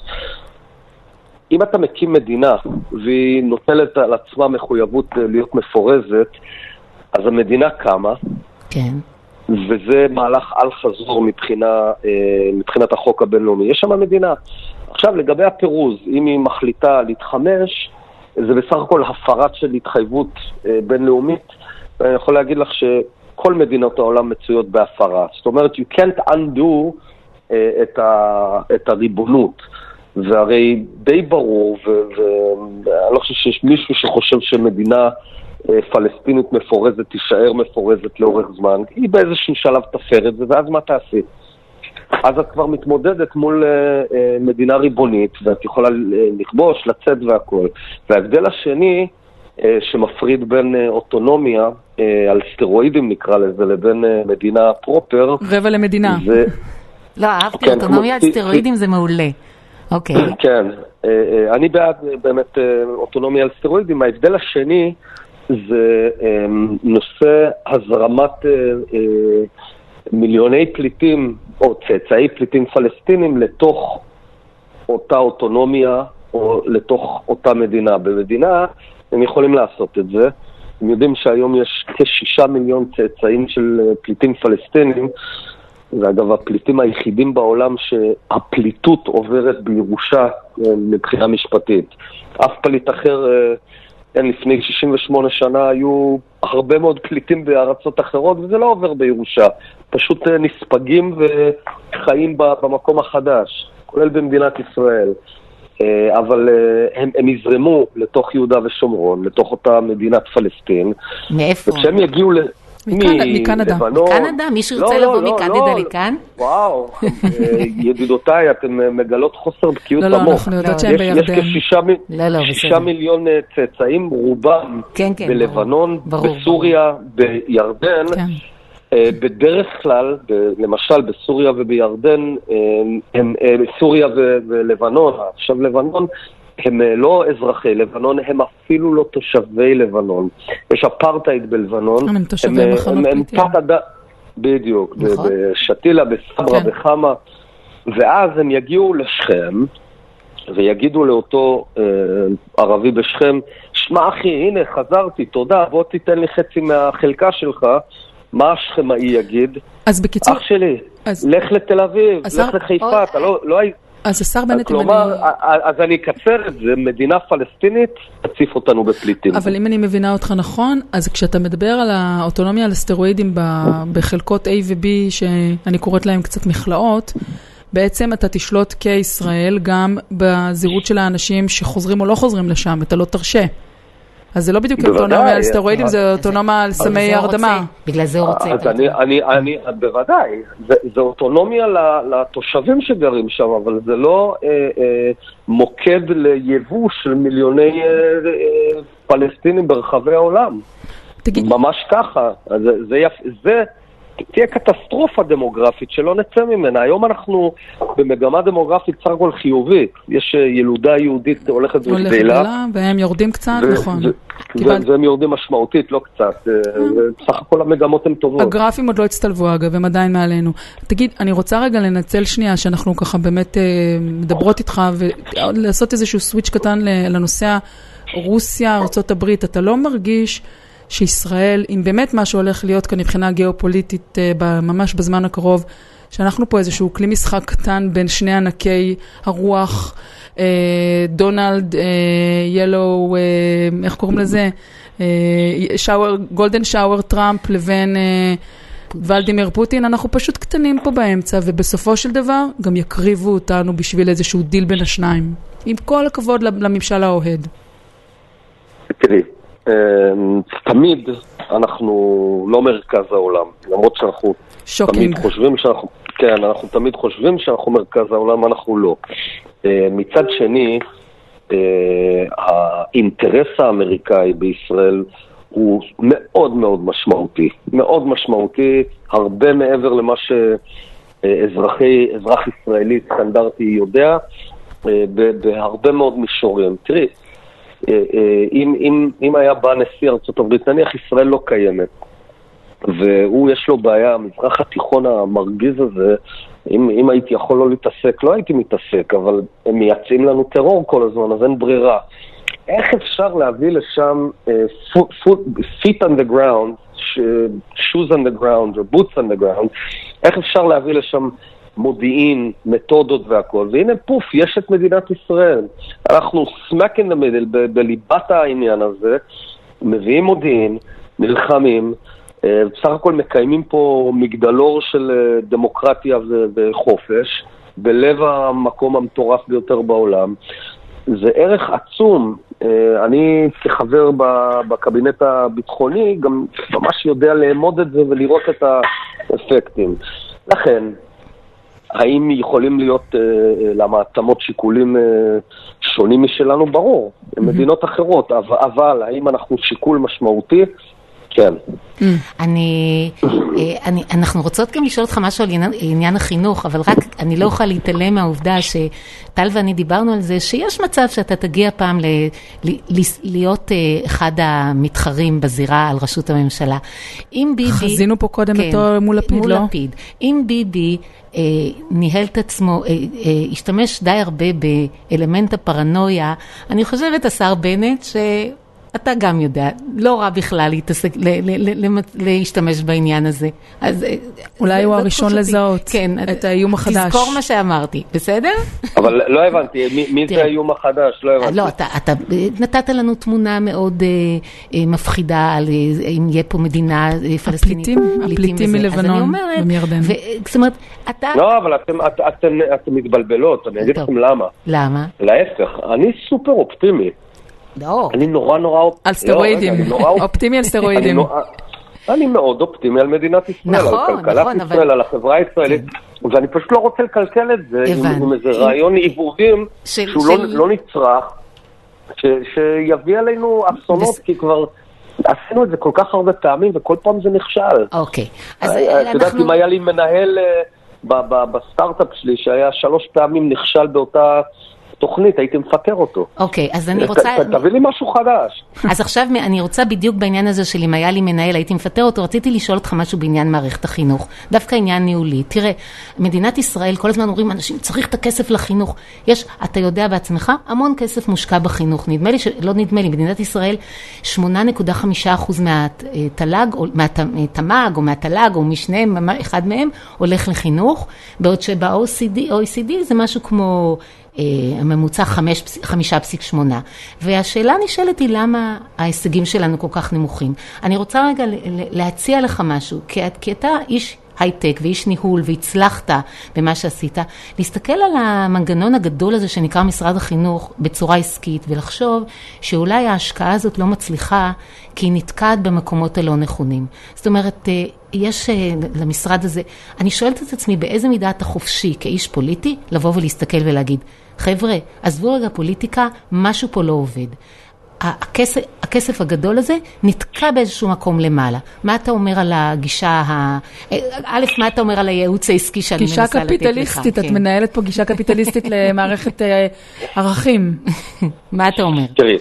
אם אתה מקים מדינה והיא נוטלת על עצמה מחויבות להיות מפורזת, אז המדינה קמה, כן. וזה מהלך על חזור מבחינה, מבחינת החוק הבינלאומי. יש שם מדינה. עכשיו, לגבי הפירוז, אם היא מחליטה להתחמש, זה בסך הכל הפרת של התחייבות בינלאומית. ואני יכול להגיד לך שכל מדינות העולם מצויות בהפרה. זאת אומרת, you can't undo את, ה, את הריבונות. והרי די ברור, ואני לא חושב שיש מישהו שחושב שמדינה פלסטינית מפורזת תישאר מפורזת לאורך זמן, היא באיזשהו שלב תפר את זה, ואז מה תעשי? אז את כבר מתמודדת מול מדינה ריבונית, ואת יכולה לכבוש, לצאת והכל. וההבדל השני שמפריד בין אוטונומיה, על סטרואידים נקרא לזה, לבין מדינה פרופר. רבע למדינה. זה... לא, אהבתי, אוטונומיה על סטרואידים זה מעולה. אוקיי. כן, אני בעד באמת אוטונומיה על סטרואידים. ההבדל השני זה נושא הזרמת מיליוני פליטים או צאצאי פליטים פלסטינים לתוך אותה אוטונומיה או לתוך אותה מדינה. במדינה הם יכולים לעשות את זה. הם יודעים שהיום יש כשישה מיליון צאצאים של פליטים פלסטינים, ואגב, הפליטים היחידים בעולם שהפליטות עוברת בירושה מבחינה משפטית. אף פליט אחר, אין, לפני שישים ושמונה שנה היו הרבה מאוד פליטים בארצות אחרות, וזה לא עובר בירושה. פשוט נספגים וחיים במקום החדש, כולל במדינת ישראל. אבל הם, הם יזרמו לתוך יהודה ושומרון, לתוך אותה מדינת פלסטין. מאיפה? וכשהם יגיעו ל... מקנדה. מקנדה? מישהו ירצה לבוא מקנדה לכאן? וואו, ידידותיי, אתם מגלות חוסר בקיאות עמוק. לא, לא, עמוק. אנחנו יודעות שהם בירדן. יש כשישה מיליון צאצאים, רובם בלבנון, בסוריה, בירדן. בדרך כלל, למשל בסוריה ובירדן, סוריה ולבנון, עכשיו לבנון, הם לא אזרחי לבנון, הם אפילו לא תושבי לבנון. יש אפרטהייד בלבנון. הם תושבי מחנות פליטים. בדיוק, בשתילה, בסברה, בחמה. ואז הם יגיעו לשכם, ויגידו לאותו אה, ערבי בשכם, שמע אחי, הנה חזרתי, תודה, בוא תיתן לי חצי מהחלקה שלך, מה השכמאי יגיד? אז בקיצור... אח שלי, אז... לך לתל אביב, השר... לך לחיפה, או... אתה לא... לא... אז השר בנט... כלומר, אני... אז אני אקצר את זה, מדינה פלסטינית תציף אותנו בפליטים. אבל אם אני מבינה אותך נכון, אז כשאתה מדבר על האוטונומיה על הסטרואידים בחלקות A ו-B, שאני קוראת להם קצת מכלאות, בעצם אתה תשלוט כישראל גם בזהות של האנשים שחוזרים או לא חוזרים לשם, אתה לא תרשה. אז זה לא בדיוק אוטונומיה על סטרואידים, זה אוטונומיה על סמי הרדמה. בגלל זה הוא רוצה. אז אני, אני, אני, בוודאי, זה, זה אוטונומיה לתושבים שגרים שם, אבל זה לא אה, אה, מוקד ליבוא של מיליוני אה, אה, פלסטינים ברחבי העולם. תגיד. ממש ככה. זה, זה, יפ, זה תהיה קטסטרופה דמוגרפית שלא נצא ממנה. היום אנחנו במגמה דמוגרפית סך הכל חיובית. יש ילודה יהודית הולכת וגדלה. והם יורדים קצת, נכון. והם יורדים משמעותית, לא קצת. סך הכל המגמות הן טובות. הגרפים עוד לא הצטלבו אגב, הם עדיין מעלינו. תגיד, אני רוצה רגע לנצל שנייה שאנחנו ככה באמת מדברות איתך ולעשות איזשהו סוויץ' קטן לנושא רוסיה, ארצות הברית. אתה לא מרגיש שישראל, אם באמת מה שהולך להיות כאן מבחינה גיאופוליטית ממש בזמן הקרוב, שאנחנו פה איזשהו כלי משחק קטן בין שני ענקי הרוח, דונלד, ילו, איך קוראים לזה? שאואר, גולדן שאואר טראמפ לבין ולדימיר פוטין, אנחנו פשוט קטנים פה באמצע, ובסופו של דבר גם יקריבו אותנו בשביל איזשהו דיל בין השניים. עם כל הכבוד לממשל האוהד. תראי, תמיד אנחנו לא מרכז העולם, למרות שאנחנו שוקינג. תמיד חושבים שאנחנו, כן, אנחנו תמיד חושבים שאנחנו מרכז העולם, אנחנו לא. מצד שני, האינטרס האמריקאי בישראל הוא מאוד מאוד משמעותי, מאוד משמעותי, הרבה מעבר למה שאזרחי, אזרח ישראלי סטנדרטי יודע, בהרבה מאוד מישורים. תראי, אם, אם, אם היה בא נשיא ארצות הברית, נניח ישראל לא קיימת, והוא יש לו בעיה, המזרח התיכון המרגיז הזה, אם, אם הייתי יכול לא להתעסק, לא הייתי מתעסק, אבל הם מייצאים לנו טרור כל הזמן, אז אין ברירה. איך אפשר להביא לשם uh, foot, foot, feet on the ground, shoes on the ground, or boots on the ground, איך אפשר להביא לשם מודיעין, מתודות והכל, והנה פוף, יש את מדינת ישראל. אנחנו smack in the middle, ב- בליבת העניין הזה, מביאים מודיעין, נלחמים, בסך הכל מקיימים פה מגדלור של דמוקרטיה וחופש, בלב המקום המטורף ביותר בעולם. זה ערך עצום. אני כחבר בקבינט הביטחוני גם ממש יודע לאמוד את זה ולראות את האפקטים. לכן, האם יכולים להיות למעצמות שיקולים שונים משלנו? ברור, מדינות אחרות, אבל האם אנחנו שיקול משמעותי? כן. אני, אני, אנחנו רוצות גם לשאול אותך משהו על עניין, עניין החינוך, אבל רק אני לא אוכל להתעלם מהעובדה שטל ואני דיברנו על זה, שיש מצב שאתה תגיע פעם ל, ל, ל, להיות אחד המתחרים בזירה על ראשות הממשלה. אם ביבי... חזינו פה קודם כן, אותו מול לפיד, מול לא? לפיד. אם ביבי אה, ניהל את עצמו, אה, אה, השתמש די הרבה באלמנט הפרנויה, אני חושבת השר בנט ש... אתה גם יודע, לא רע בכלל להתעסק, להשתמש בעניין הזה. אז אולי הוא הראשון לזהות את האיום החדש. תזכור מה שאמרתי, בסדר? אבל לא הבנתי, מי זה האיום החדש? לא הבנתי. לא, אתה נתת לנו תמונה מאוד מפחידה על אם יהיה פה מדינה פלסטינית. הפליטים מלבנון ומירדן. זאת אומרת, אתה... לא, אבל אתם מתבלבלות, אני אגיד לכם למה. למה? להפך, אני סופר אופטימי. לא. אני נורא נורא... על סטרואידים, אופטימי על סטרואידים. אני מאוד אופטימי על מדינת ישראל, על כלכלת ישראל, על החברה הישראלית, ואני פשוט לא רוצה לקלקל את זה עם איזה רעיון עיבודים שהוא לא נצרך, שיביא עלינו אסונות, כי כבר עשינו את זה כל כך הרבה פעמים, וכל פעם זה נכשל. אוקיי. את יודעת, אם היה לי מנהל בסטארט-אפ שלי, שהיה שלוש פעמים נכשל באותה... תוכנית, הייתי מפטר אותו. אוקיי, אז אני רוצה... תביא לי משהו חדש. אז עכשיו אני רוצה בדיוק בעניין הזה של אם היה לי מנהל, הייתי מפטר אותו, רציתי לשאול אותך משהו בעניין מערכת החינוך, דווקא עניין ניהולי. תראה, מדינת ישראל, כל הזמן אומרים, אנשים, צריך את הכסף לחינוך. יש, אתה יודע בעצמך, המון כסף מושקע בחינוך. נדמה לי, לא נדמה לי, מדינת ישראל, שמונה נקודה חמישה אחוז מהתל"ג, או מהתמ"ג, או מהתל"ג, או משניהם, אחד מהם, הולך לחינוך, בעוד שב-או אי סי די זה משהו כמו הממוצע חמש נקודה שמונה. והשאלה נשאלת היא למה ההישגים שלנו כל כך נמוכים. אני רוצה רגע להציע לך משהו, כי אתה איש הייטק ואיש ניהול והצלחת במה שעשית, להסתכל על המנגנון הגדול הזה שנקרא משרד החינוך בצורה עסקית ולחשוב שאולי ההשקעה הזאת לא מצליחה כי היא נתקעת במקומות הלא נכונים. זאת אומרת, יש למשרד הזה, אני שואלת את עצמי באיזה מידה אתה חופשי כאיש פוליטי לבוא ולהסתכל ולהגיד, חבר'ה, עזבו רגע פוליטיקה, משהו פה לא עובד. הכסף, הכסף הגדול הזה נתקע באיזשהו מקום למעלה. מה אתה אומר על הגישה ה... א', מה אתה אומר על הייעוץ העסקי שאני מנסה לתת לך? גישה קפיטליסטית, את מנהלת פה גישה קפיטליסטית למערכת ערכים. מה אתה אומר? תראי,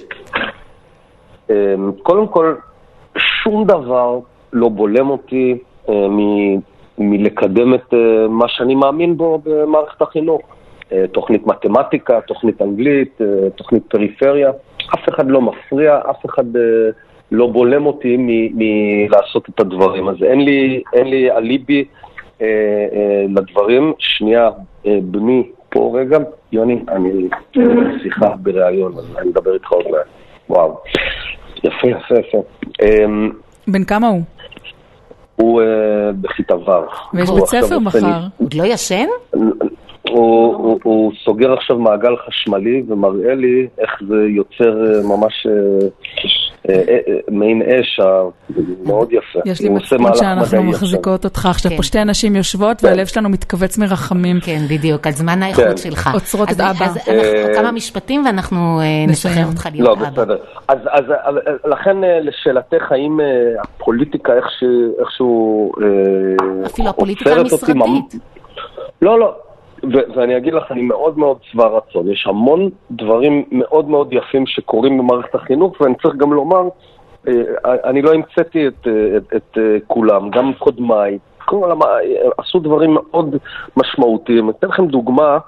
קודם כל, שום דבר לא בולם אותי מלקדם את מה שאני מאמין בו במערכת החינוך. תוכנית מתמטיקה, תוכנית אנגלית, תוכנית פריפריה. אף אחד לא מפריע, אף אחד לא בולם אותי מלעשות את הדברים. אז אין לי, אין לי אליבי אה, אה, לדברים. שנייה, אה, בני, פה רגע, יוני, אני שיחה בראיון, אז אני מדבר איתך עוד מעט. וואו, יפה, יפה, יפה. אה, בן כמה הוא? הוא אה, בכיתה ו'. ויש בית ספר מחר. עוד לא ישן? הוא, הוא, הוא סוגר עכשיו מעגל חשמלי ומראה לי איך זה יוצר ממש אה, אה, אה, מעין אש מאוד יפה. יש לי מצפון שאנחנו מחזיקות אותך עכשיו. פה שתי אנשים יושבות והלב שלנו מתכווץ מרחמים. כן, בדיוק, על זמן האיכות שלך. עוצרות את אבא. אז כמה משפטים ואנחנו נשחרר אותך להיות אבא. לא, בסדר. אז לכן לשאלתך, האם הפוליטיקה איכשהו אפילו הפוליטיקה המשרדית. לא, לא. ו- ואני אגיד לך, אני מאוד מאוד צבא רצון. יש המון דברים מאוד מאוד יפים שקורים במערכת החינוך, ואני צריך גם לומר, אני לא המצאתי את, את, את כולם, גם קודמיי. כלומר, עשו דברים מאוד משמעותיים. אני אתן לכם דוגמה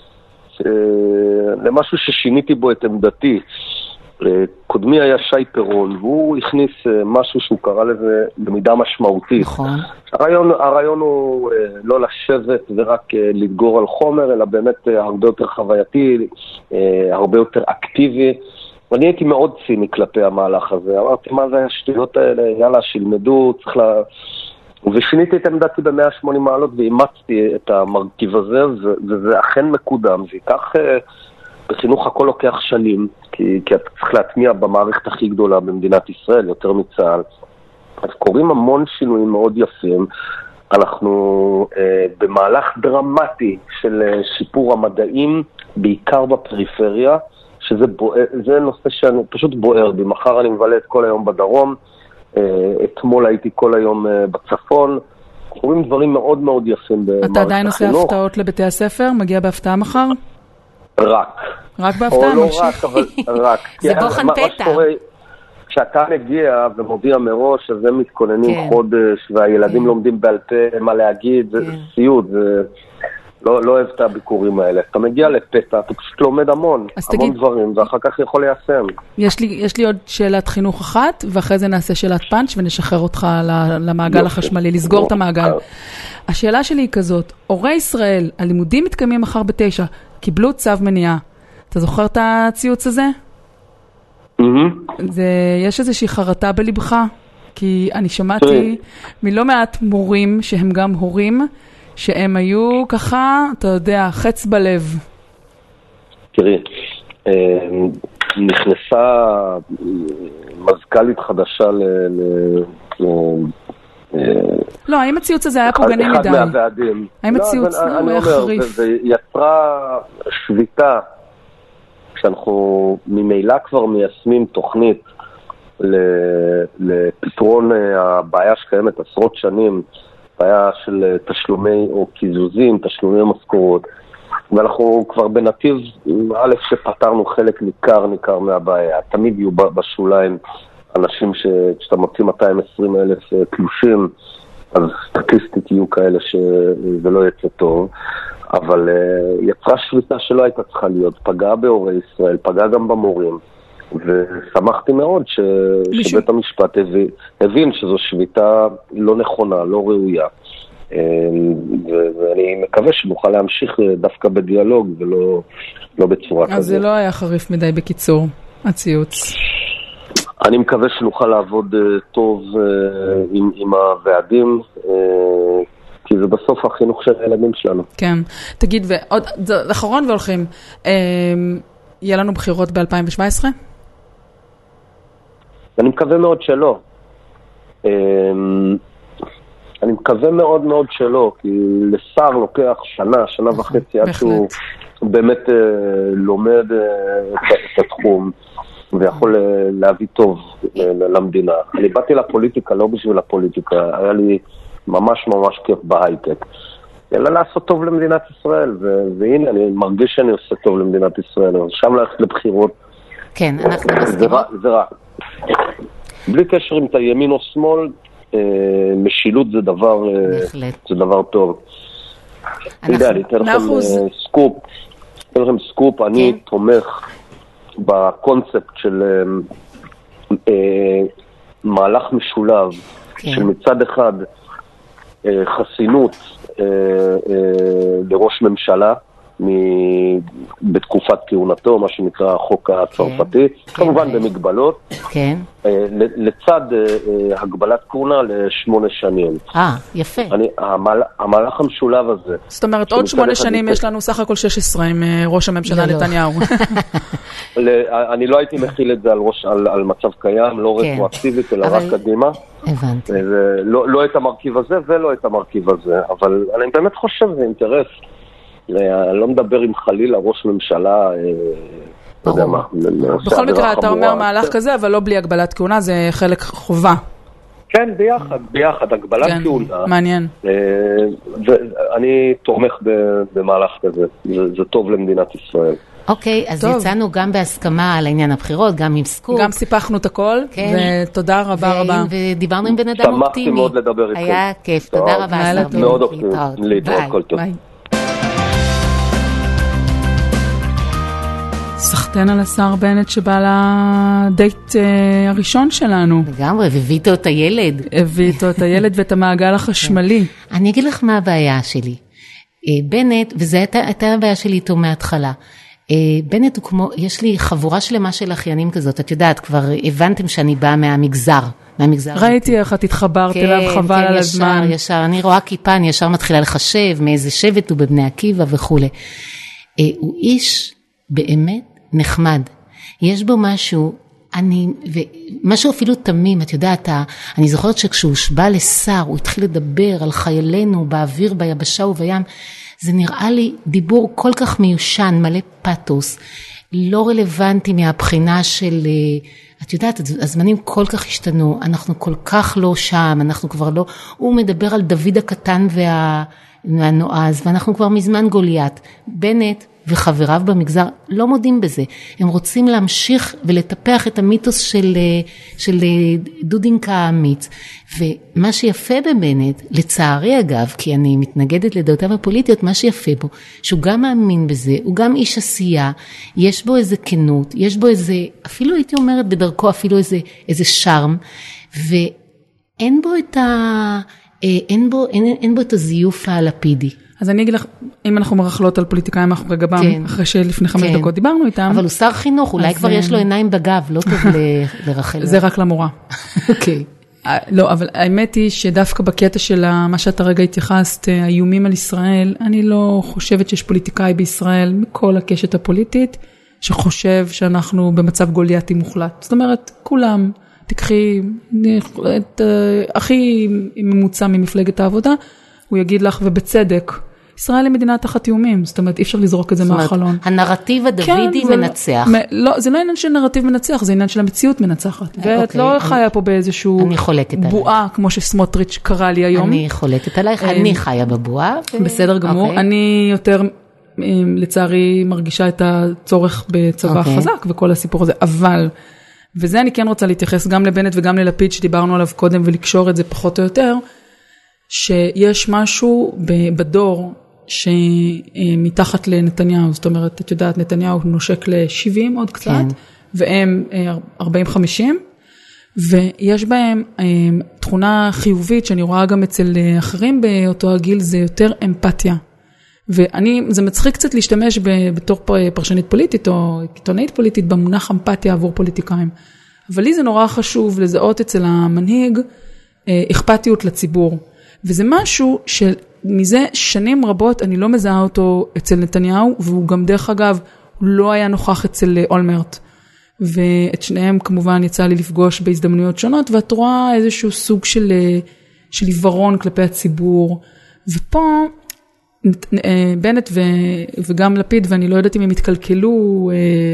למשהו ששיניתי בו את עמדתי. קודמי היה שי פירון, והוא הכניס משהו שהוא קרא לזה במידה משמעותית. נכון. הרעיון, הרעיון הוא לא לשבת ורק לדגור על חומר, אלא באמת הרבה יותר חווייתי, הרבה יותר אקטיבי. ואני הייתי מאוד ציני כלפי המהלך הזה. אמרתי, מה זה השטויות האלה? יאללה, שילמדו, צריך לה... ושיניתי את עמדתי ב-מאה ושמונים מעלות ואימצתי את המרכיב הזה, וזה אכן מקודם. זה ייקח... בחינוך הכל לוקח שנים, כי, כי אתה צריך להטמיע במערכת הכי גדולה במדינת ישראל, יותר מצה"ל. אז קוראים המון שינויים מאוד יפים. אנחנו אה, במהלך דרמטי של אה, שיפור המדעים, בעיקר בפריפריה, שזה בוער, זה נושא שאני פשוט בוער בי. מחר אני מבלה את כל היום בדרום, אה, אתמול הייתי כל היום אה, בצפון. קוראים דברים מאוד מאוד יפים במערכת החינוך. אתה עדיין עושה הפתעות לבתי הספר? מגיע בהפתעה מחר? רק. רק בהפתעה? או לא רק, אבל רק. זה בוחן פתע. כשאתה מגיע ומודיע מראש, אז הם מתכוננים חודש, והילדים לומדים בעל פה מה להגיד, זה סיוט, לא אוהב את הביקורים האלה. אתה מגיע לפתע, אתה פשוט לומד המון, המון דברים, ואחר כך יכול ליישם. יש לי עוד שאלת חינוך אחת, ואחרי זה נעשה שאלת פאנץ' ונשחרר אותך למעגל החשמלי, לסגור את המעגל. השאלה שלי היא כזאת, הורי ישראל, הלימודים מתקיימים מחר בתשע, קיבלו צו מניעה. אתה זוכר את הציוץ הזה? זה, יש איזושהי חרטה בלבך? כי אני שמעתי מלא מעט מורים שהם גם הורים, שהם היו ככה, אתה יודע, חץ בלב. תראי, נכנסה מזכ"לית חדשה ל... לא, האם הציוץ הזה היה פוגעני מדי? אחד מהוועדים. האם הציוץ הוא היה חריף? זה יצרה שביתה, כשאנחנו ממילא כבר מיישמים תוכנית לפתרון הבעיה שקיימת עשרות שנים, בעיה של תשלומי או קיזוזים, תשלומי משכורות. ואנחנו כבר בנתיב, א' שפתרנו חלק ניכר ניכר מהבעיה, תמיד יהיו בשוליים אנשים שאתה מוציא מאתיים ועשרים אלף תלושים, אז סטטיסטית יהיו כאלה שזה לא יצא טוב, אבל יצרה שביתה שלא הייתה צריכה להיות, פגעה בהורי ישראל, פגעה גם במורים, ושמחתי מאוד ש... שבית המשפט הבין, הבין שזו שביתה לא נכונה, לא ראויה. ואני מקווה שנוכל להמשיך דווקא בדיאלוג ולא לא בצורה כזאת. אז זה לא היה חריף מדי בקיצור, הציוץ. אני מקווה שנוכל לעבוד טוב עם, עם הוועדים, כי זה בסוף החינוך של הילדים שלנו. כן. תגיד, ועוד, אחרון והולכים, יהיה לנו בחירות ב-אלפיים שבע עשרה? אני מקווה מאוד שלא. אני מקווה מאוד מאוד שלא, כי לשר לוקח שנה, שנה וחצי, עד שהוא באמת לומד את התחום, ויכול להביא טוב למדינה. אני באתי לפוליטיקה, לא בשביל הפוליטיקה, היה לי ממש ממש כיף בהייטק. אלא לעשות טוב למדינת ישראל, והנה, אני מרגיש שאני עושה טוב למדינת ישראל, אז שם ללכת לבחירות. כן, אנחנו מסכימות. זה רע. בלי קשר אם אתה ימין או שמאל, משילות זה דבר, זה דבר טוב. אני יודע, אני אתן לכם סקופ, אתן לכם סקופ, אני תומך בקונספט של מהלך משולב, של מצד אחד חסינות לראש ממשלה, בתקופת כהונתו, מה שנקרא החוק הצרפתי, כמובן במגבלות, לצד הגבלת כהונה לשמונה שנים. אה, יפה. המהלך המשולב הזה. זאת אומרת, עוד שמונה שנים יש לנו סך הכל שש עשרה עם ראש הממשלה נתניהו. אני לא הייתי מכיל את זה על מצב קיים, לא רטרואקטיבית, אלא רק קדימה. הבנתי. לא את המרכיב הזה ולא את המרכיב הזה, אבל אני באמת חושב, זה אינטרס. אני לא מדבר עם חלילה ראש ממשלה, לא יודע מה. בכל מקרה, אתה אומר מהלך כזה, אבל לא בלי הגבלת כהונה, זה חלק חובה. כן, ביחד, ביחד, הגבלת כהונה. מעניין. אני תומך במהלך כזה, זה טוב למדינת ישראל. אוקיי, אז יצאנו גם בהסכמה על עניין הבחירות, גם עם סקופ. גם סיפחנו את הכל, ותודה רבה רבה. ודיברנו עם בן אדם אופטימי. שמחתי מאוד לדבר איתכם. היה כיף, תודה רבה. מאוד אופטימי, להתראות כל טוב. סחטן על השר בנט שבא לדייט הראשון שלנו. לגמרי, והביא איתו את הילד. הביא איתו את הילד ואת המעגל החשמלי. אני אגיד לך מה הבעיה שלי. בנט, וזו הייתה הבעיה שלי איתו מההתחלה. בנט הוא כמו, יש לי חבורה שלמה של אחיינים כזאת, את יודעת, כבר הבנתם שאני באה מהמגזר. ראיתי איך את התחברת אליו, חבל על הזמן. ישר, ישר, אני רואה כיפה, אני ישר מתחילה לחשב מאיזה שבט הוא בבני עקיבא וכו'. הוא איש באמת נחמד. יש בו משהו, אני, ומשהו אפילו תמים, את יודעת, אני זוכרת שכשהוא שבא לשר, הוא התחיל לדבר על חיילינו באוויר, ביבשה ובים, זה נראה לי דיבור כל כך מיושן, מלא פאטוס, לא רלוונטי מהבחינה של, את יודעת, הזמנים כל כך השתנו, אנחנו כל כך לא שם, אנחנו כבר לא, הוא מדבר על דוד הקטן וה, והנועז, ואנחנו כבר מזמן גוליית. בנט וחבריו במגזר לא מודים בזה. הם רוצים להמשיך ולטפח את המיתוס של, של דודינקה האמיץ. ומה שיפה בבנט, לצערי אגב, כי אני מתנגדת לדעותיו הפוליטיות, מה שיפה בו, שהוא גם מאמין בזה, הוא גם איש עשייה, יש בו איזה כנות, יש בו איזה, אפילו הייתי אומרת בדרכו, אפילו איזה, איזה שרם, ואין בו את ה... אין בו, אין, אין בו את הזיוף הלפידי. אז אני אגיד לך, אם אנחנו מרחלות על פוליטיקאים אחרי גבם, כן. אחרי שלפני חמש כן. דקות דיברנו איתם. אבל הוא שר חינוך, אולי כבר יש לו עיניים בגב, לא טוב לרחל. זה רק למורה. אוקיי. לא, אבל האמת היא שדווקא בקטע של מה שאתה רגע התייחסת, האיומים על ישראל, אני לא חושבת שיש פוליטיקאי בישראל, מכל הקשת הפוליטית, שחושב שאנחנו במצב גולייתי מוחלט. זאת אומרת, כולם, תקחי את הכי ממוצע ממפלגת העבודה, הוא יגיד לך, ובצדק, ישראל היא מדינה תחת איומים, זאת אומרת, אי אפשר לזרוק את זה מהחלון. הנרטיב הדוידי מנצח. לא, זה לא עניין של נרטיב מנצח, זה עניין של המציאות מנצחת. ואת לא חיה פה באיזשהו בועה, כמו שסמוטריץ' קרא לי היום. אני חולקת עלייך, אני חיה בבועה. בסדר גמור, אני יותר לצערי מרגישה את הצורך בצבא okay. חזק וכל הסיפור הזה, אבל, וזה אני כן רוצה להתייחס גם לבנט וגם ללפיד שדיברנו עליו קודם ולקשור את זה פחות או יותר, שיש משהו בדור שמתחת לנתניהו, זאת אומרת, את יודעת, נתניהו נושק ל-שבעים עוד קצת, כן. והם ארבעים חמישים, ויש בהם תכונה חיובית שאני רואה גם אצל אחרים באותו הגיל, זה יותר אמפתיה. ואני, זה מצחיק קצת להשתמש בתור פרשנית פוליטית או עיתונאית פוליטית במונח אמפתיה עבור פוליטיקאים. אבל לי זה נורא חשוב לזהות אצל המנהיג אכפתיות לציבור. וזה משהו שמזה שנים רבות אני לא מזהה אותו אצל נתניהו, והוא גם דרך אגב לא היה נוכח אצל אולמרט. ואת שניהם כמובן יצא לי לפגוש בהזדמנויות שונות, ואת רואה איזשהו סוג של, של עיוורון כלפי הציבור. ופה בנט ו, וגם לפיד, ואני לא יודעת אם הם התקלקלו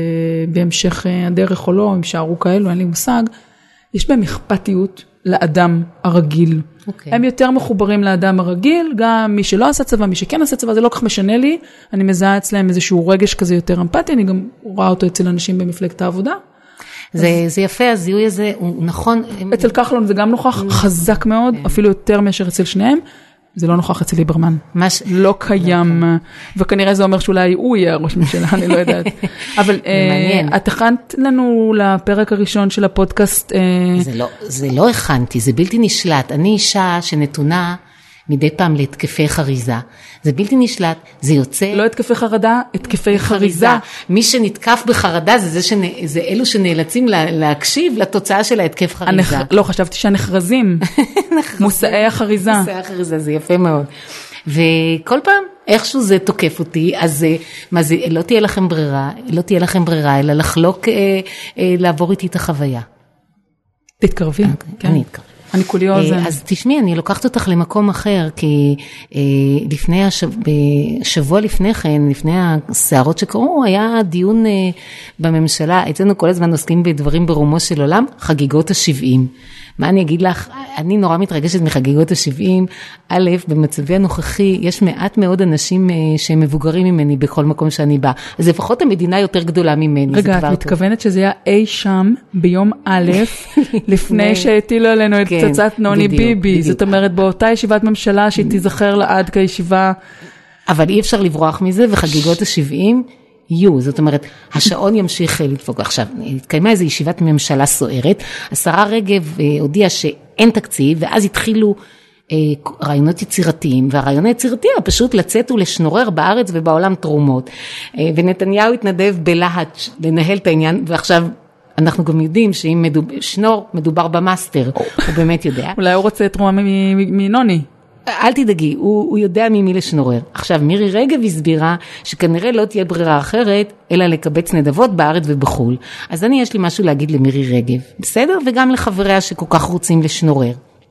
בהמשך הדרך או לא, הם שערו כאלו, אין לי מושג, יש בהם אכפתיות לאדם הרגיל. Okay. הם יותר מחוברים לאדם הרגיל, גם מי שלא עשה צבא, מי שכן עשה צבא, זה לא כך משנה לי, אני מזהה אצלם איזשהו רגש כזה יותר אמפתי, אני גם רואה אותו אצל אנשים במפלגת העבודה. זה, אז... זה יפה, הזיהוי הזה הוא נכון. אצל כחלון זה גם נוכח חזק מאוד, okay. אפילו יותר מאשר אצל שניהם, זה לא נוכח אצל ליברמן. מש... לא קיים, וכנראה זה אומר שאולי הוא יהיה ראש ממשלה, אני לא יודעת. אבל את הכנת לנו לפרק הראשון של הפודקאסט. זה לא, זה לא הכנתי, זה בלתי נשלט. אני אישה שנתונה מדי פעם להתקפי חריזה. זה בלתי נשלט, זה יוצא... לא התקפי חרדה, התקפי חריזה. מי שנתקף בחרדה זה, זה, שנ... זה אלו שנאלצים לה... להקשיב לתוצאה של ההתקף חריזה. הנח... לא, חשבתי שהנחרזים. מושאי החריזה. מושאי החריזה, זה יפה מאוד. וכל פעם, איכשהו זה תוקף אותי, אז מה זה, לא תהיה לכם ברירה, לא תהיה לכם ברירה, אלא לחלוק, אה, אה, לעבור איתי את החוויה. תתקרבי. Okay, כן. אני אתקרב. אני כולי אוזן. אז תשמעי, אני לוקחת אותך למקום אחר, כי לפני השבוע לפני כן, לפני הסערות שקרו, היה דיון בממשלה, אצלנו כל הזמן עוסקים בדברים ברומו של עולם, חגיגות ה-שבעים. מה אני אגיד לך? אני נורא מתרגשת מחגיגות ה-שבעים. א', במצבי הנוכחי, יש מעט מאוד אנשים שהם מבוגרים ממני בכל מקום שאני באה. אז לפחות המדינה יותר גדולה ממני. רגע, את מתכוונת שזה היה אי שם ביום א', לפני שהטילו עלינו את פצצת נוני ביבי. זאת אומרת, באותה ישיבת ממשלה שהיא תיזכר לעד כישיבה. אבל אי אפשר לברוח מזה, וחגיגות ה-שבעים יו, זאת אומרת, השעון ימשיך לדפוק. עכשיו, התקיימה איזו ישיבת ממשלה סוערת, השרה רגב הודיעה שאין תקציב, ואז התחילו אה, רעיונות יצירתיים, והרעיון היצירתי היה פשוט לצאת ולשנורר בארץ ובעולם תרומות. אה, ונתניהו התנדב בלהט לנהל את העניין, ועכשיו אנחנו גם יודעים שאם מדוב, שנור מדובר במאסטר, הוא באמת יודע. אולי הוא רוצה תרומה מנוני. אל תדאגי, הוא, הוא יודע ממי לשנורר. עכשיו, מירי רגב הסבירה שכנראה לא תהיה ברירה אחרת, אלא לקבץ נדבות בארץ ובחול. אז אני יש לי משהו להגיד למירי רגב, בסדר? וגם לחבריה שכל כך רוצים לשנורר.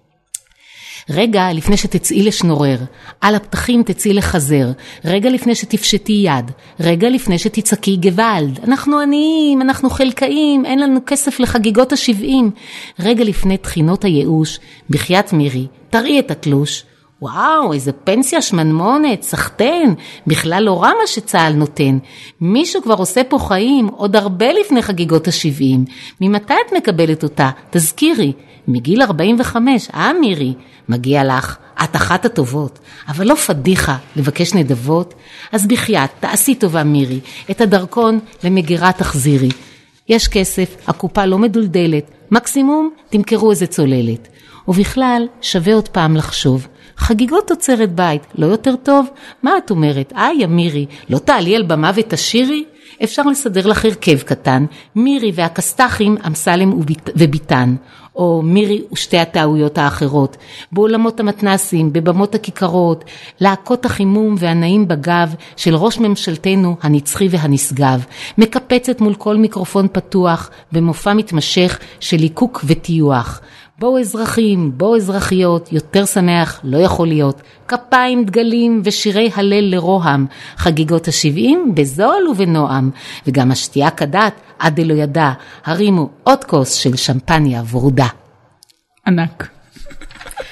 רגע לפני שתצאי לשנורר, על הפתחים תצאי לחזר, רגע לפני שתפשטי יד, רגע לפני שתצעקי גוואלד, אנחנו עניים, אנחנו חלקאים, אין לנו כסף לחגיגות ה-שבעים, רגע לפני תחינות הייאוש, בחיית מירי, תראי את התלוש, וואו, איזה פנסיה שמנמונת, סחטן, בכלל לא רע מה שצהל נותן. מישהו כבר עושה פה חיים, עוד הרבה לפני חגיגות ה-שבעים. ממתי את מקבלת אותה? תזכירי, מגיל ארבעים וחמש, אה מירי? מגיע לך, את אחת הטובות, אבל לא פדיחה לבקש נדבות. אז בחייאת, תעשי טובה מירי, את הדרכון למגירה תחזירי. יש כסף, הקופה לא מדולדלת, מקסימום תמכרו איזה צוללת. ובכלל, שווה עוד פעם לחשוב. חגיגות תוצרת בית, לא יותר טוב? מה את אומרת? איי, מירי, לא תעלי על במה ותשירי? אפשר לסדר לך הרכב קטן, מירי והקסטחים, אמסלם וביטן, או מירי ושתי הטעויות האחרות, בעולמות המתנסים, בבמות הכיכרות, להקות החימום והנעים בגב של ראש ממשלתנו הנצחי והנשגב, מקפצת מול כל מיקרופון פתוח, במופע מתמשך של ליקוק וטיוח. בואו אזרחים, בואו אזרחיות, יותר שמח לא יכול להיות. כפיים, דגלים ושירי הלל לרוהם, חגיגות ה-שבעים בזול ובנועם, וגם השתייה כדת עד אלו ידע, הרימו עוד כוס של שמפניה ורודה. ענק.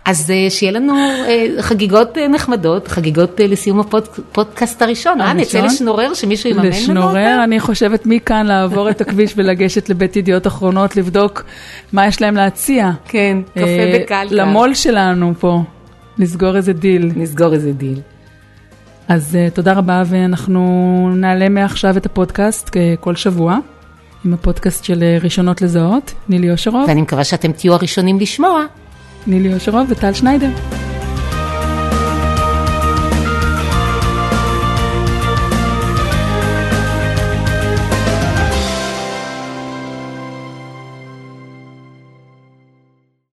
אז שיהיה לנו חגיגות נחמדות, חגיגות לסיום הפודקאסט הראשון. אה, נצא לשנורר שמישהו יממן לנו אותה? לשנורר, אני חושבת מכאן לעבור את הכביש ולגשת לבית ידיעות אחרונות, לבדוק מה יש להם להציע. כן, קפה בקלקר. למול שלנו פה, נסגור איזה דיל. נסגור איזה דיל. אז תודה רבה, ואנחנו נעלה מעכשיו את הפודקאסט כל שבוע, עם הפודקאסט של ראשונות לזהות, נילי אושרוב. ואני מקווה שאתם תהיו הראשונים לשמוע. נילי אושרוב וטל שניידר.